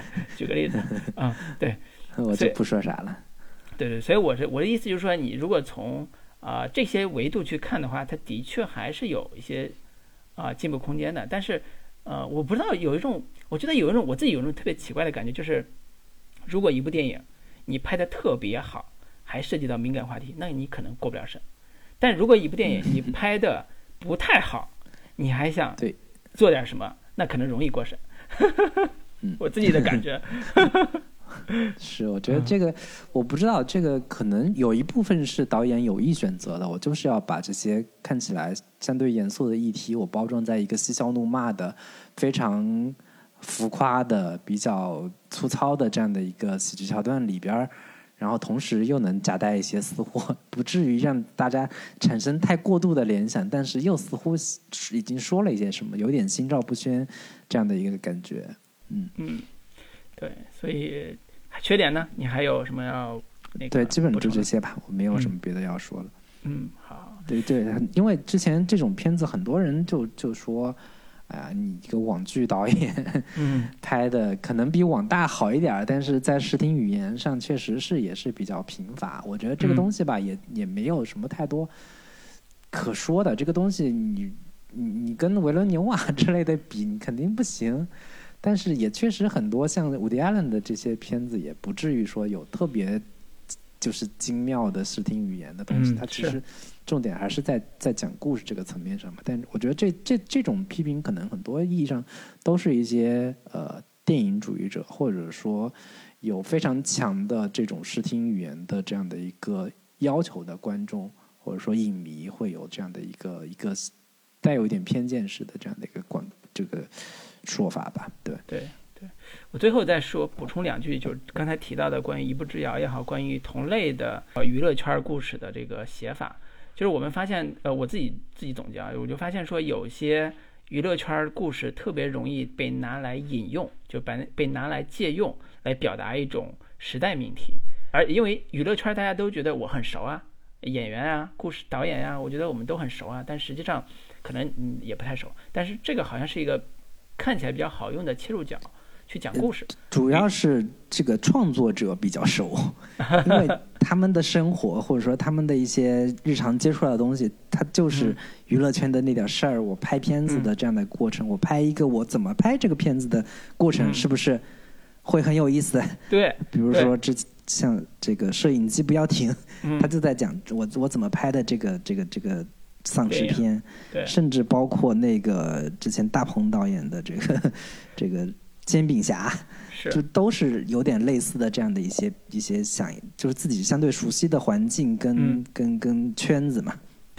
对， 我就不说啥了。 对，所以我的意思就是说，你如果从这些维度去看的话，它的确还是有一些进步空间的。但是我不知道我觉得有一种我自己有一种特别奇怪的感觉，就是如果一部电影你拍的特别好，还涉及到敏感话题，那你可能过不了审。但如果一部电影你拍的不太好，你还想做点什么，那可能容易过审。我自己的感觉。 是，我觉得这个我不知道，这个可能有一部分是导演有意选择的，我就是要把这些看起来相对严肃的议题，我包装在一个嬉笑怒骂的非常浮夸的比较粗糙的这样的一个喜剧桥段里边，然后同时又能夹带一些私货，不至于让大家产生太过度的联想，但是又似乎已经说了一些什么，有点心照不宣这样的一个感觉。 对，所以缺点呢？你还有什么要对，基本就这些吧，我没有什么别的要说了。 好。 对，因为之前这种片子，很多人就说，你一个网剧导演，拍的可能比网大好一点，但是在视听语言上确实也是比较贫乏。我觉得这个东西吧，也没有什么太多可说的。这个东西你跟维伦纽瓦之类的比，你肯定不行。但是也确实很多像伍迪·艾伦的这些片子，也不至于说有特别就是精妙的视听语言的东西。它其实重点还是在讲故事这个层面上嘛。但我觉得这种批评可能很多意义上都是一些电影主义者，或者说有非常强的这种视听语言的这样的一个要求的观众，或者说影迷会有这样的一个带有一点偏见式的这样的一个这个说法吧。对， 我最后再补充两句，就是刚才提到的关于一步之遥也好，关于同类的娱乐圈故事的这个写法，就是我们发现我自己总结我就发现说，有些娱乐圈故事特别容易被拿来引用，就被拿来借用来表达一种时代命题。而因为娱乐圈大家都觉得我很熟啊，演员啊，故事导演啊，我觉得我们都很熟啊，但实际上可能也不太熟。但是这个好像是一个看起来比较好用的切入角去讲故事， 主要是这个创作者比较熟，因为他们的生活或者说他们的一些日常接触到的东西，它就是娱乐圈的那点事儿。我拍片子的这样的过程，我拍一个我怎么拍这个片子的过程，是不是会很有意思？ 对， 比如说像这个摄影机不要停，他就在讲我怎么拍的这个丧尸片，甚至包括那个之前大鹏导演的这个煎饼侠，就都是有点类似的这样的一些就是自己相对熟悉的环境跟圈子嘛。 对，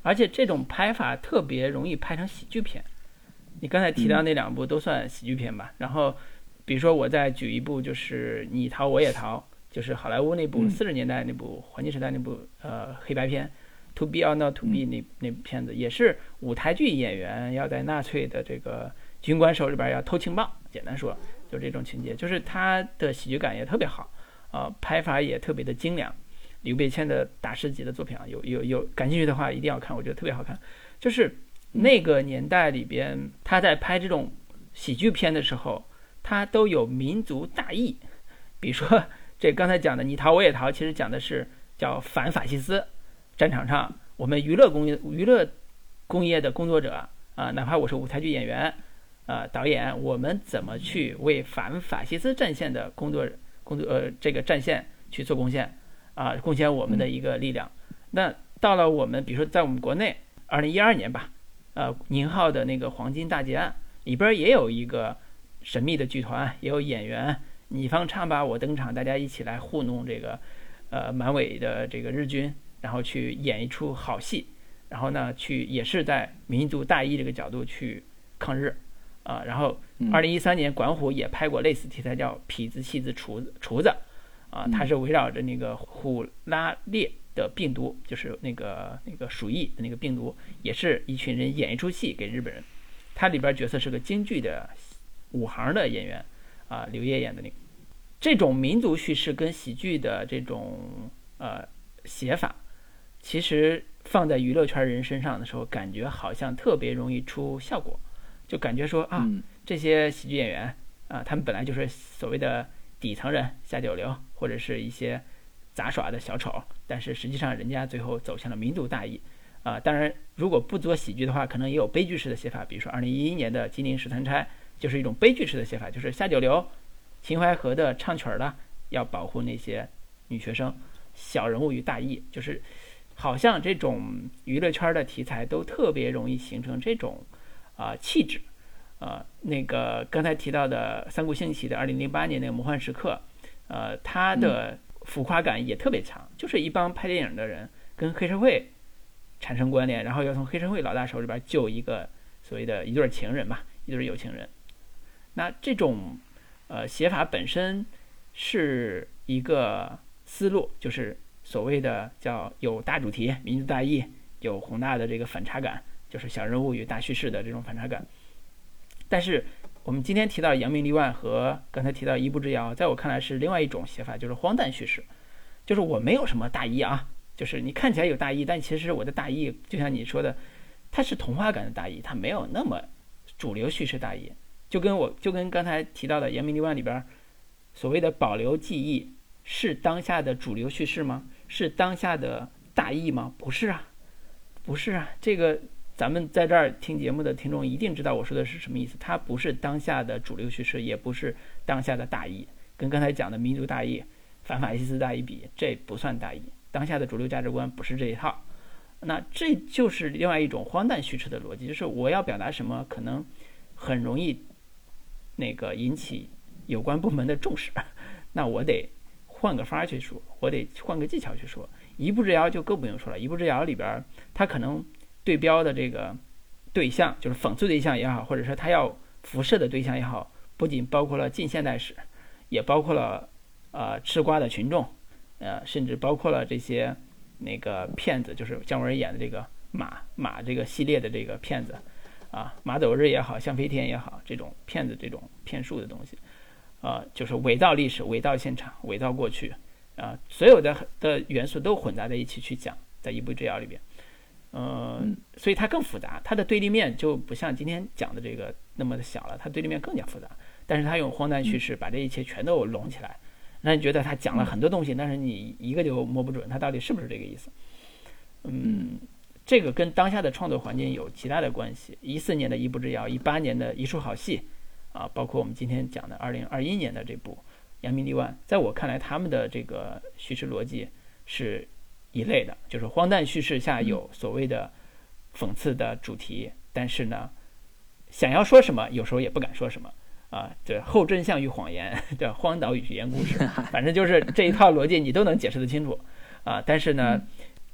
而且这种拍法特别容易拍成喜剧片。你刚才提到那2部都算喜剧片吧？然后比如说我再举一部，就是你逃我也逃，就是好莱坞那部40年代那部黄金时代那部黑白片 To Be or Not to Be 那部片子，也是舞台剧演员要在纳粹的这个军官手里边要偷情报，简单说就这种情节，就是它的喜剧感也特别好拍法也特别的精良。刘备谦的大师级的作品啊，有感兴趣的话一定要看，我觉得特别好看。就是那个年代里边，他在拍这种喜剧片的时候，他都有民族大义。比如说这刚才讲的你逃我也逃，其实讲的是叫反法西斯。战场上我们娱乐工业的工作者哪怕我是舞台剧演员导演，我们怎么去为反法西斯战线的工作这个战线去做贡献贡献我们的一个力量。那到了我们比如说在我们国内2012年吧宁浩的那个黄金大劫案里边也有一个神秘的剧团，也有演员，你方唱罢我登场，大家一起来糊弄这个满尾的这个日军，然后去演一出好戏，然后呢也是在民族大义这个角度去抗日然后2013年管虎也拍过类似题材叫痞子戏子厨子它是围绕着那个虎拉列的病毒，就是那个鼠疫的那个病毒，也是一群人演一出戏给日本人。它里边角色是个京剧的武行的演员刘烨演的那个。这种民族叙事跟喜剧的这种写法，其实放在娱乐圈人身上的时候，感觉好像特别容易出效果，就感觉说这些喜剧演员他们本来就是所谓的底层人下九流，或者是一些杂耍的小丑，但是实际上人家最后走向了民族大义当然如果不做喜剧的话，可能也有悲剧式的写法，比如说2011年的金陵十三钗就是一种悲剧式的写法，就是下九流秦淮河的唱曲的要保护那些女学生，小人物与大义，就是好像这种娱乐圈的题材都特别容易形成这种气质那个刚才提到的三谷幸喜的2008年那个魔幻时刻它的浮夸感也特别强，就是一帮拍电影的人跟黑社会产生关联，然后要从黑社会老大手里边救一个所谓的一对情人吧，一对有情人。那这种写法本身是一个思路，就是所谓的叫有大主题民族大义，有宏大的这个反差感，就是小人物与大叙事的这种反差感。但是我们今天提到扬名立万和刚才提到一步之遥，在我看来是另外一种写法，就是荒诞叙事，就是我没有什么大义就是你看起来有大义，但其实我的大义就像你说的，它是童话感的大义，它没有那么主流叙事大义。就跟刚才提到的扬名立万里边所谓的保留记忆，是当下的主流叙事吗？是当下的大义吗？不是这个咱们在这儿听节目的听众一定知道我说的是什么意思，它不是当下的主流叙事，也不是当下的大义，跟刚才讲的民族大义反法西斯大义比，这不算大义，当下的主流价值观不是这一套。那这就是另外一种荒诞叙事的逻辑，就是我要表达什么可能很容易那个引起有关部门的重视，那我得换个法去说，我得换个技巧去说。一步之遥就更不用说了，一步之遥里边它可能对标的这个对象，就是讽刺对象也好，或者说他要辐射的对象也好，不仅包括了近现代史，也包括了吃瓜的群众，甚至包括了这些那个骗子，就是姜文演的这个马这个系列的这个骗子马走日也好，像飞天也好，这种骗子这种骗术的东西就是伪造历史，伪造现场，伪造过去所有的元素都混杂在一起去讲，在一步之遥里边所以它更复杂，它的对立面就不像今天讲的这个那么的小了，它对立面更加复杂，但是它用荒诞叙事把这一切全都拢起来，让你觉得他讲了很多东西，但是你一个就摸不准他到底是不是这个意思。这个跟当下的创作环境有极大的关系。14年的一步之遥，18年的一出好戏包括我们今天讲的2021年的这部扬名立万，在我看来他们的这个叙事逻辑是一类的，就是荒诞叙事下有所谓的讽刺的主题，但是呢想要说什么有时候也不敢说什么这后真相与谎言，这荒岛与言故事，反正就是这一套逻辑你都能解释得清楚但是呢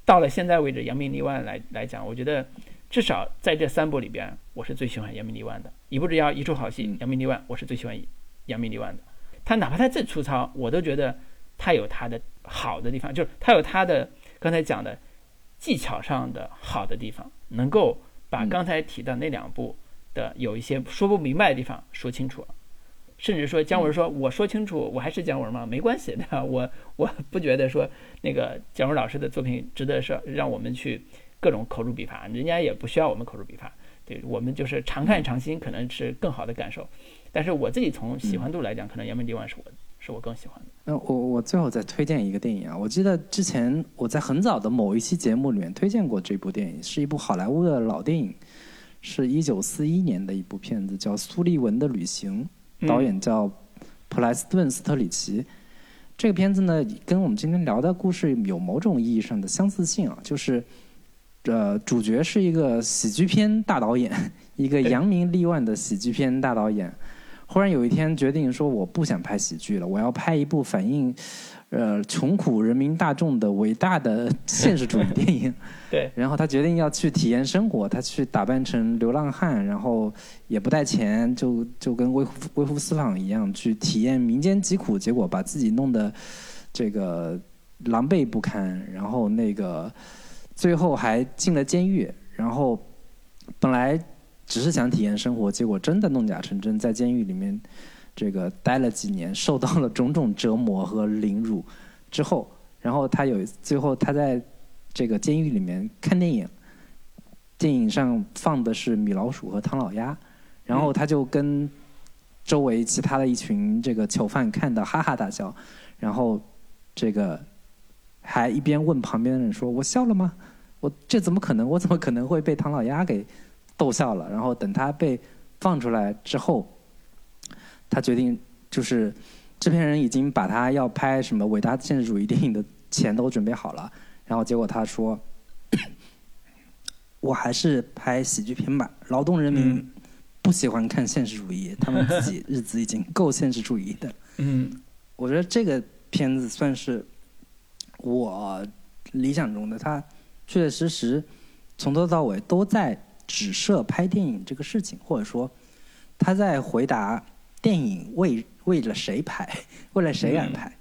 到了现在为止，扬名立万来讲，我觉得至少在这3部里边，我是最喜欢扬名立万的。一步之遥，一出好戏，扬名立万，我是最喜欢扬名立万的。他哪怕他再粗糙，我都觉得他有他的好的地方，就是他有他的刚才讲的技巧上的好的地方，能够把刚才提到那2部的有一些说不明白的地方说清楚了。甚至说姜文说我说清楚，我还是姜文吗？没关系的，我不觉得说那个姜文老师的作品值得说让我们去各种口诛笔伐，人家也不需要我们口诛笔伐，对，我们就是常看常新，可能是更好的感受。但是我自己从喜欢度来讲，可能扬名立万是我更喜欢的。 我最后再推荐一个电影啊，我记得之前我在很早的某一期节目里面推荐过这部电影，是一部好莱坞的老电影，是1941年的一部片子，叫《苏利文的旅行》，导演叫普莱斯顿斯特里奇。这个片子呢，跟我们今天聊的故事有某种意义上的相似性啊，就是主角是一个喜剧片大导演，一个扬名立万的喜剧片大导演，忽然有一天决定说我不想拍喜剧了，我要拍一部反映穷苦人民大众的伟大的现实主义电影。 对， 然后他决定要去体验生活，他去打扮成流浪汉，然后也不带钱，就跟微服私访一样去体验民间疾苦，结果把自己弄得这个狼狈不堪，然后那个最后还进了监狱，然后本来只是想体验生活，结果真的弄假成真，在监狱里面这个待了几年，受到了种种折磨和凌辱之后，然后最后他在这个监狱里面看电影，电影上放的是米老鼠和唐老鸭，然后他就跟周围其他的一群这个囚犯看得哈哈大笑，然后这个还一边问旁边的人说：“我笑了吗？这怎么可能？我怎么可能会被唐老鸭给逗笑了？”然后等他被放出来之后，他决定就是制片人已经把他要拍什么伟大现实主义电影的钱都准备好了，然后结果他说：“我还是拍喜剧片吧，劳动人民不喜欢看现实主义，他们自己日子已经够现实主义的。”我觉得这个片子算是我理想中的，他确确实实从头到尾都在指涉拍电影这个事情，或者说他在回答电影为了谁拍，为了谁而拍，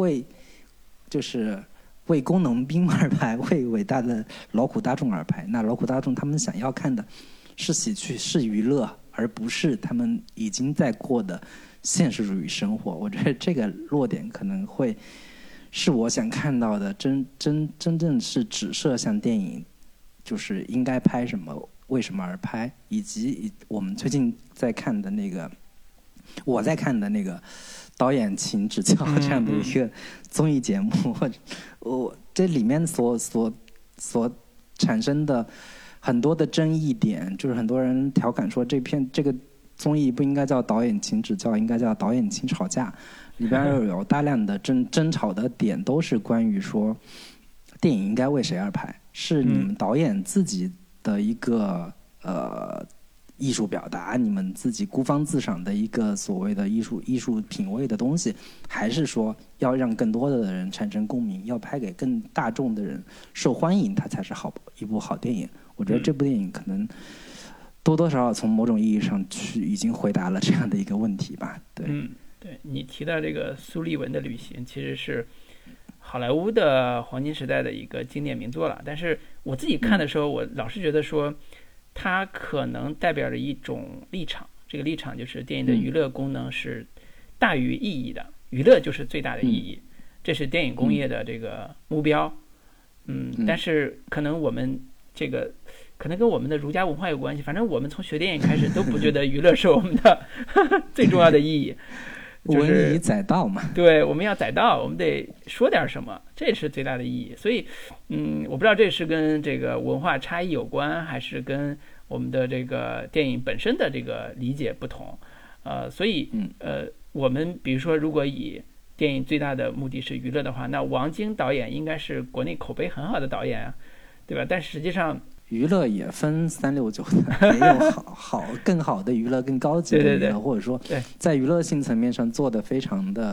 就是为工农兵而拍，为伟大的劳苦大众而拍。那劳苦大众他们想要看的是喜剧，是娱乐，而不是他们已经在过的现实主义生活。我觉得这个落点可能会是我想看到的真正是指涉向电影，就是应该拍什么，为什么而拍，以及我们最近在看的那个，我在看的那个导演请指教这样的一个综艺节目，我这里面所产生的很多的争议点，就是很多人调侃说这个综艺不应该叫导演请指教，应该叫导演请吵架。里边有大量的争吵的点，都是关于说电影应该为谁而拍，是你们导演自己的一个艺术表达，你们自己孤芳自赏的一个所谓的艺术品味的东西，还是说要让更多的人产生共鸣，要拍给更大众的人受欢迎，它才是一部好电影。我觉得这部电影可能多多少少从某种意义上去已经回答了这样的一个问题吧。对， 对，你提到这个苏利文的旅行，其实是好莱坞的黄金时代的一个经典名作了。但是我自己看的时候，我老是觉得说它可能代表着一种立场，这个立场就是电影的娱乐功能是大于意义的，娱乐就是最大的意义，这是电影工业的这个目标。但是可能我们这个可能跟我们的儒家文化有关系，反正我们从学电影开始都不觉得娱乐是我们的最重要的意义。 文以载道嘛， 对，我们要载道，我们得说点什么，这是最大的意义。所以，我不知道这是跟这个文化差异有关，还是跟我们的这个电影本身的这个理解不同。所以，我们比如说，如果以电影最大的目的是娱乐的话，那王晶导演应该是国内口碑很好的导演啊，对吧？但实际上， 娱乐也分369的，也有更好的娱乐，更高级的娱乐，或者说在娱乐性层面上做的非常的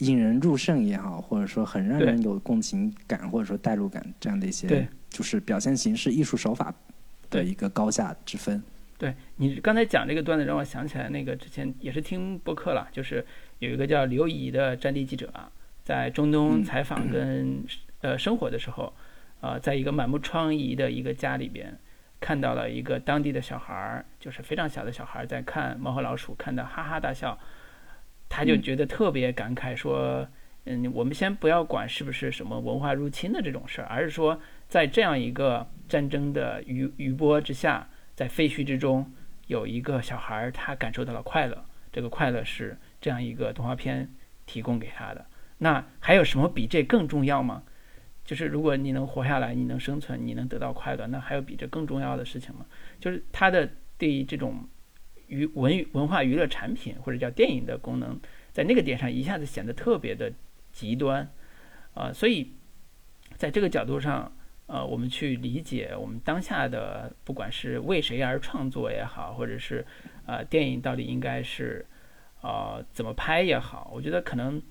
引人入胜也好，或者说很让人有共情感或者说代入感这样的一些，就是表现形式艺术手法的一个高下之分。 对，你刚才讲这个段子让我想起来，那个之前也是听播客了，就是有一个叫刘怡的战地记者在中东采访跟生活的时候，在一个满目疮痍的一个家里边，看到了一个当地的小孩，就是非常小的小孩在看《猫和老鼠》，看得哈哈大笑，他就觉得特别感慨，说我们先不要管是不是什么文化入侵的这种事儿，而是说在这样一个战争的余波之下，在废墟之中有一个小孩他感受到了快乐，这个快乐是这样一个动画片提供给他的。那还有什么比这更重要吗？就是如果你能活下来，你能生存，你能得到快乐，那还有比这更重要的事情吗？就是他的对这种文化娱乐产品或者叫电影的功能，在那个点上一下子显得特别的极端所以在这个角度上我们去理解我们当下的不管是为谁而创作也好，或者是电影到底应该是怎么拍也好，我觉得可能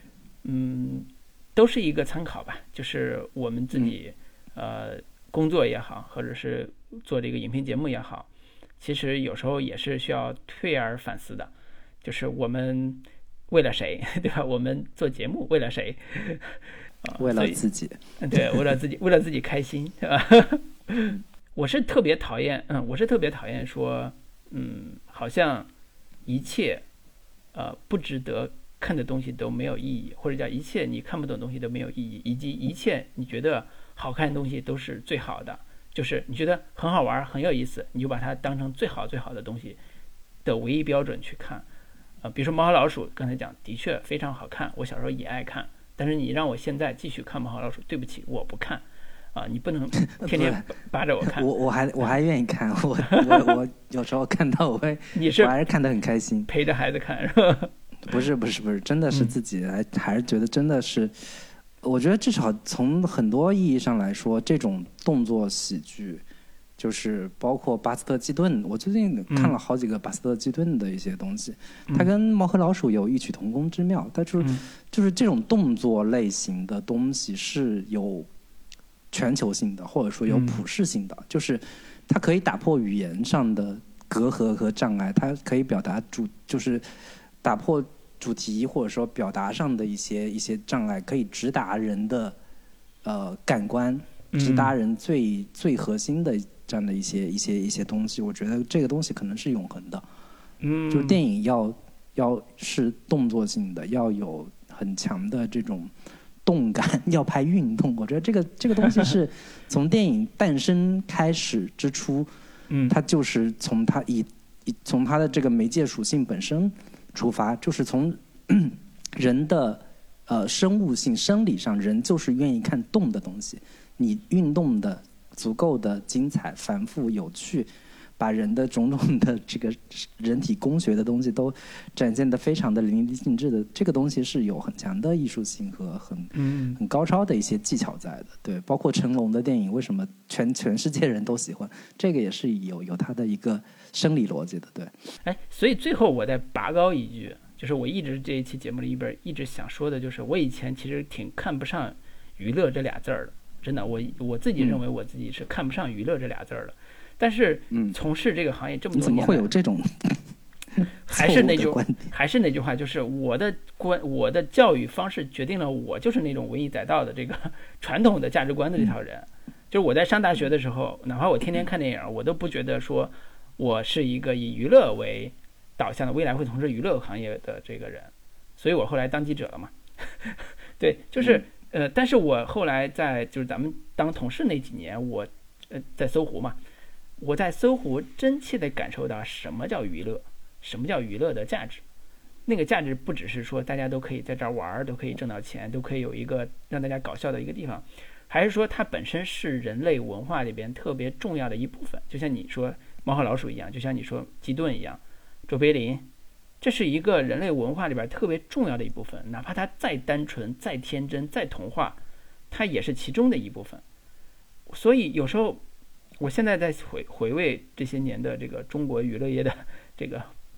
都是一个参考吧，就是我们自己工作也好，或者是做这个影评节目也好，其实有时候也是需要退而反思的，就是我们为了谁，对吧？我们做节目为了谁？ 为了自己。 对，为了自己开心，对吧？我是特别讨厌说，好像一切不值得看的东西都没有意义，或者叫一切你看不懂的东西都没有意义，以及一切你觉得好看的东西都是最好的，就是你觉得很好玩很有意思，你就把它当成最好的东西的唯一标准去看。比如说猫和老鼠，刚才讲的确非常好看，我小时候也爱看，但是你让我现在继续看猫和老鼠，对不起，我不看你不能天天扒着我看。 我还愿意看，我有时候看到我还是看得很开心， 陪着孩子看是吧？ 不是，真的是自己来，还是觉得真的是，我觉得至少从很多意义上来说，这种动作喜剧，就是包括巴斯特基顿，我最近看了好几个巴斯特基顿的一些东西，它跟猫和老鼠有异曲同工之妙，它就是这种动作类型的东西是有全球性的，或者说有普世性的，就是它可以打破语言上的隔阂和障碍，它可以表达就是打破主题或者说表达上的一些障碍，可以直达人的感官，直达人最核心的这样的一些东西。我觉得这个东西可能是永恒的，就是电影要是动作性的，要有很强的这种动感，要拍运动。我觉得这个东西是从电影诞生开始之初，它就是从它的这个媒介属性本身出发，就是从人的生物性生理上，人就是愿意看动的东西，你运动的足够的精彩繁复有趣，把人的种种的这个人体工学的东西都展现得非常的淋漓尽致的，这个东西是有很强的艺术性和很高超的一些技巧在的。对，包括成龙的电影为什么全世界人都喜欢，这个也是有它的一个生理逻辑的。对， 所以最后我再拔高一句，就是我一直这一期节目里边一直想说的，就是我以前其实挺看不上娱乐这俩字儿的，真的，我自己认为我自己是看不上娱乐这俩字儿的。但是从事这个行业这么多年， 你怎么会有这种还是那句话，就是我的教育方式决定了我就是那种文艺载道的这个传统的价值观的这套人。就是我在上大学的时候，哪怕我天天看电影，我都不觉得说我是一个以娱乐为导向的未来会从事娱乐行业的这个人，所以我后来当记者了嘛。对，就是但是我后来就是咱们当同事那几年，我在搜狐嘛。我在搜狐真切地感受到什么叫娱乐，什么叫娱乐的价值。那个价值不只是说大家都可以在这儿玩，都可以挣到钱，都可以有一个让大家搞笑的一个地方，还是说它本身是人类文化里边特别重要的一部分。就像你说猫和老鼠一样，就像你说基顿一样，卓别林，这是一个人类文化里边特别重要的一部分，哪怕它再单纯、再天真、再童话，它也是其中的一部分。所以有时候我现在在回味这些年的这个中国娱乐业的这个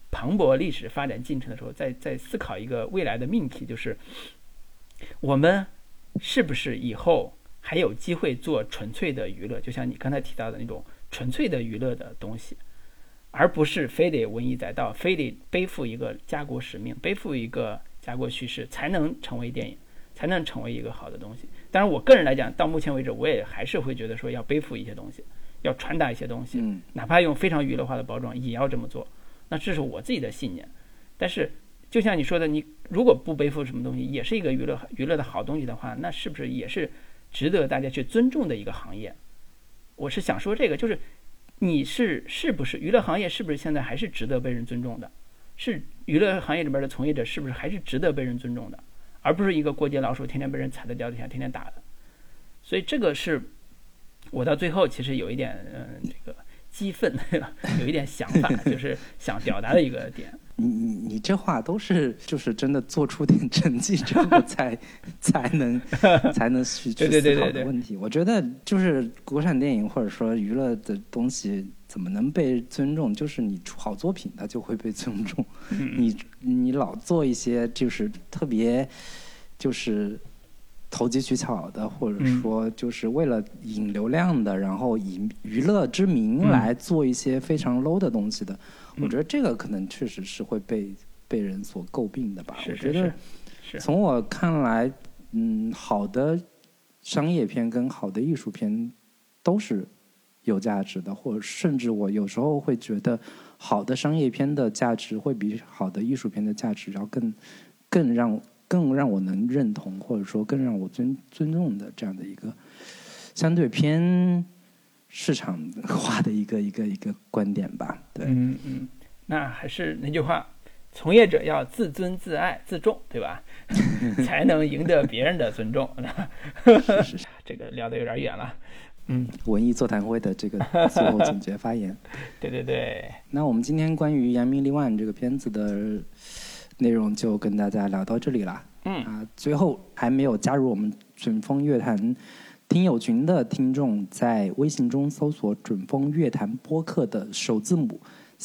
磅礴历史发展进程的时候，在思考一个未来的命题，就是我们是不是以后还有机会做纯粹的娱乐，就像你刚才提到的那种纯粹的娱乐的东西，而不是非得文艺载道，非得背负一个家国使命，背负一个家国叙事才能成为电影，才能成为一个好的东西。当然我个人来讲，到目前为止我也还是会觉得说要背负一些东西，要传达一些东西，哪怕用非常娱乐化的包装也要这么做，那这是我自己的信念。但是就像你说的，你如果不背负什么东西，也是一个娱乐的好东西的话，那是不是也是值得大家去尊重的一个行业？我是想说这个，就是你是不是娱乐行业是不是现在还是值得被人尊重的？是娱乐行业里边的从业者是不是还是值得被人尊重的？而不是一个过街老鼠，天天被人踩在脚底下，天天打的。所以这个是我到最后其实有一点这个激愤，有一点想法，就是想表达的一个点。 你这话都是就是真的做出点成绩之后才能去思考的问题。我觉得就是国产电影或者说娱乐的东西怎么能被尊重，就是你出好作品它就会被尊重。你老做一些就是特别就是投机取巧的，或者说就是为了引流量的，然后以娱乐之名来做一些非常 low 的东西的，我觉得这个可能确实是会被人所诟病的吧。我觉得从我看来，好的商业片跟好的艺术片都是有价值的，或者甚至我有时候会觉得好的商业片的价值会比好的艺术片的价值要更让我能认同，或者说更让我尊重的这样的一个相对偏市场化的一个观点吧。对， 那还是那句话，从业者要自尊自爱自重，对吧？才能赢得别人的尊重。 是这个聊得有点远了。 文艺座谈会的这个最后总结发言。 对。 那我们今天关于《扬名立万》这个片子的内容就跟大家聊到这里了。最后还没有加入我们准风乐坛听友群的听众，在微信中搜索准风乐坛播客的首字母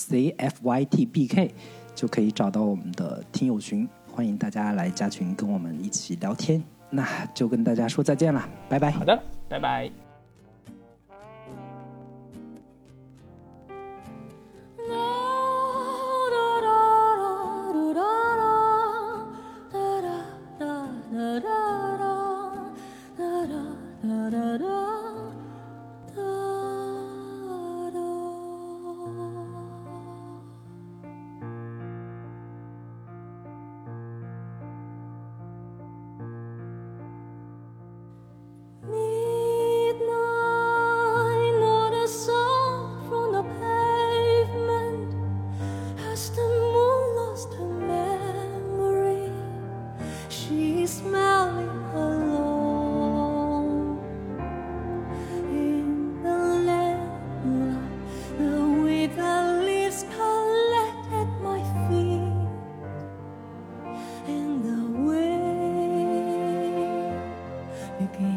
CFYTBK 就可以找到我们的听友群，欢迎大家来加群跟我们一起聊天。那就跟大家说再见了，拜拜。 好的，拜拜。 again.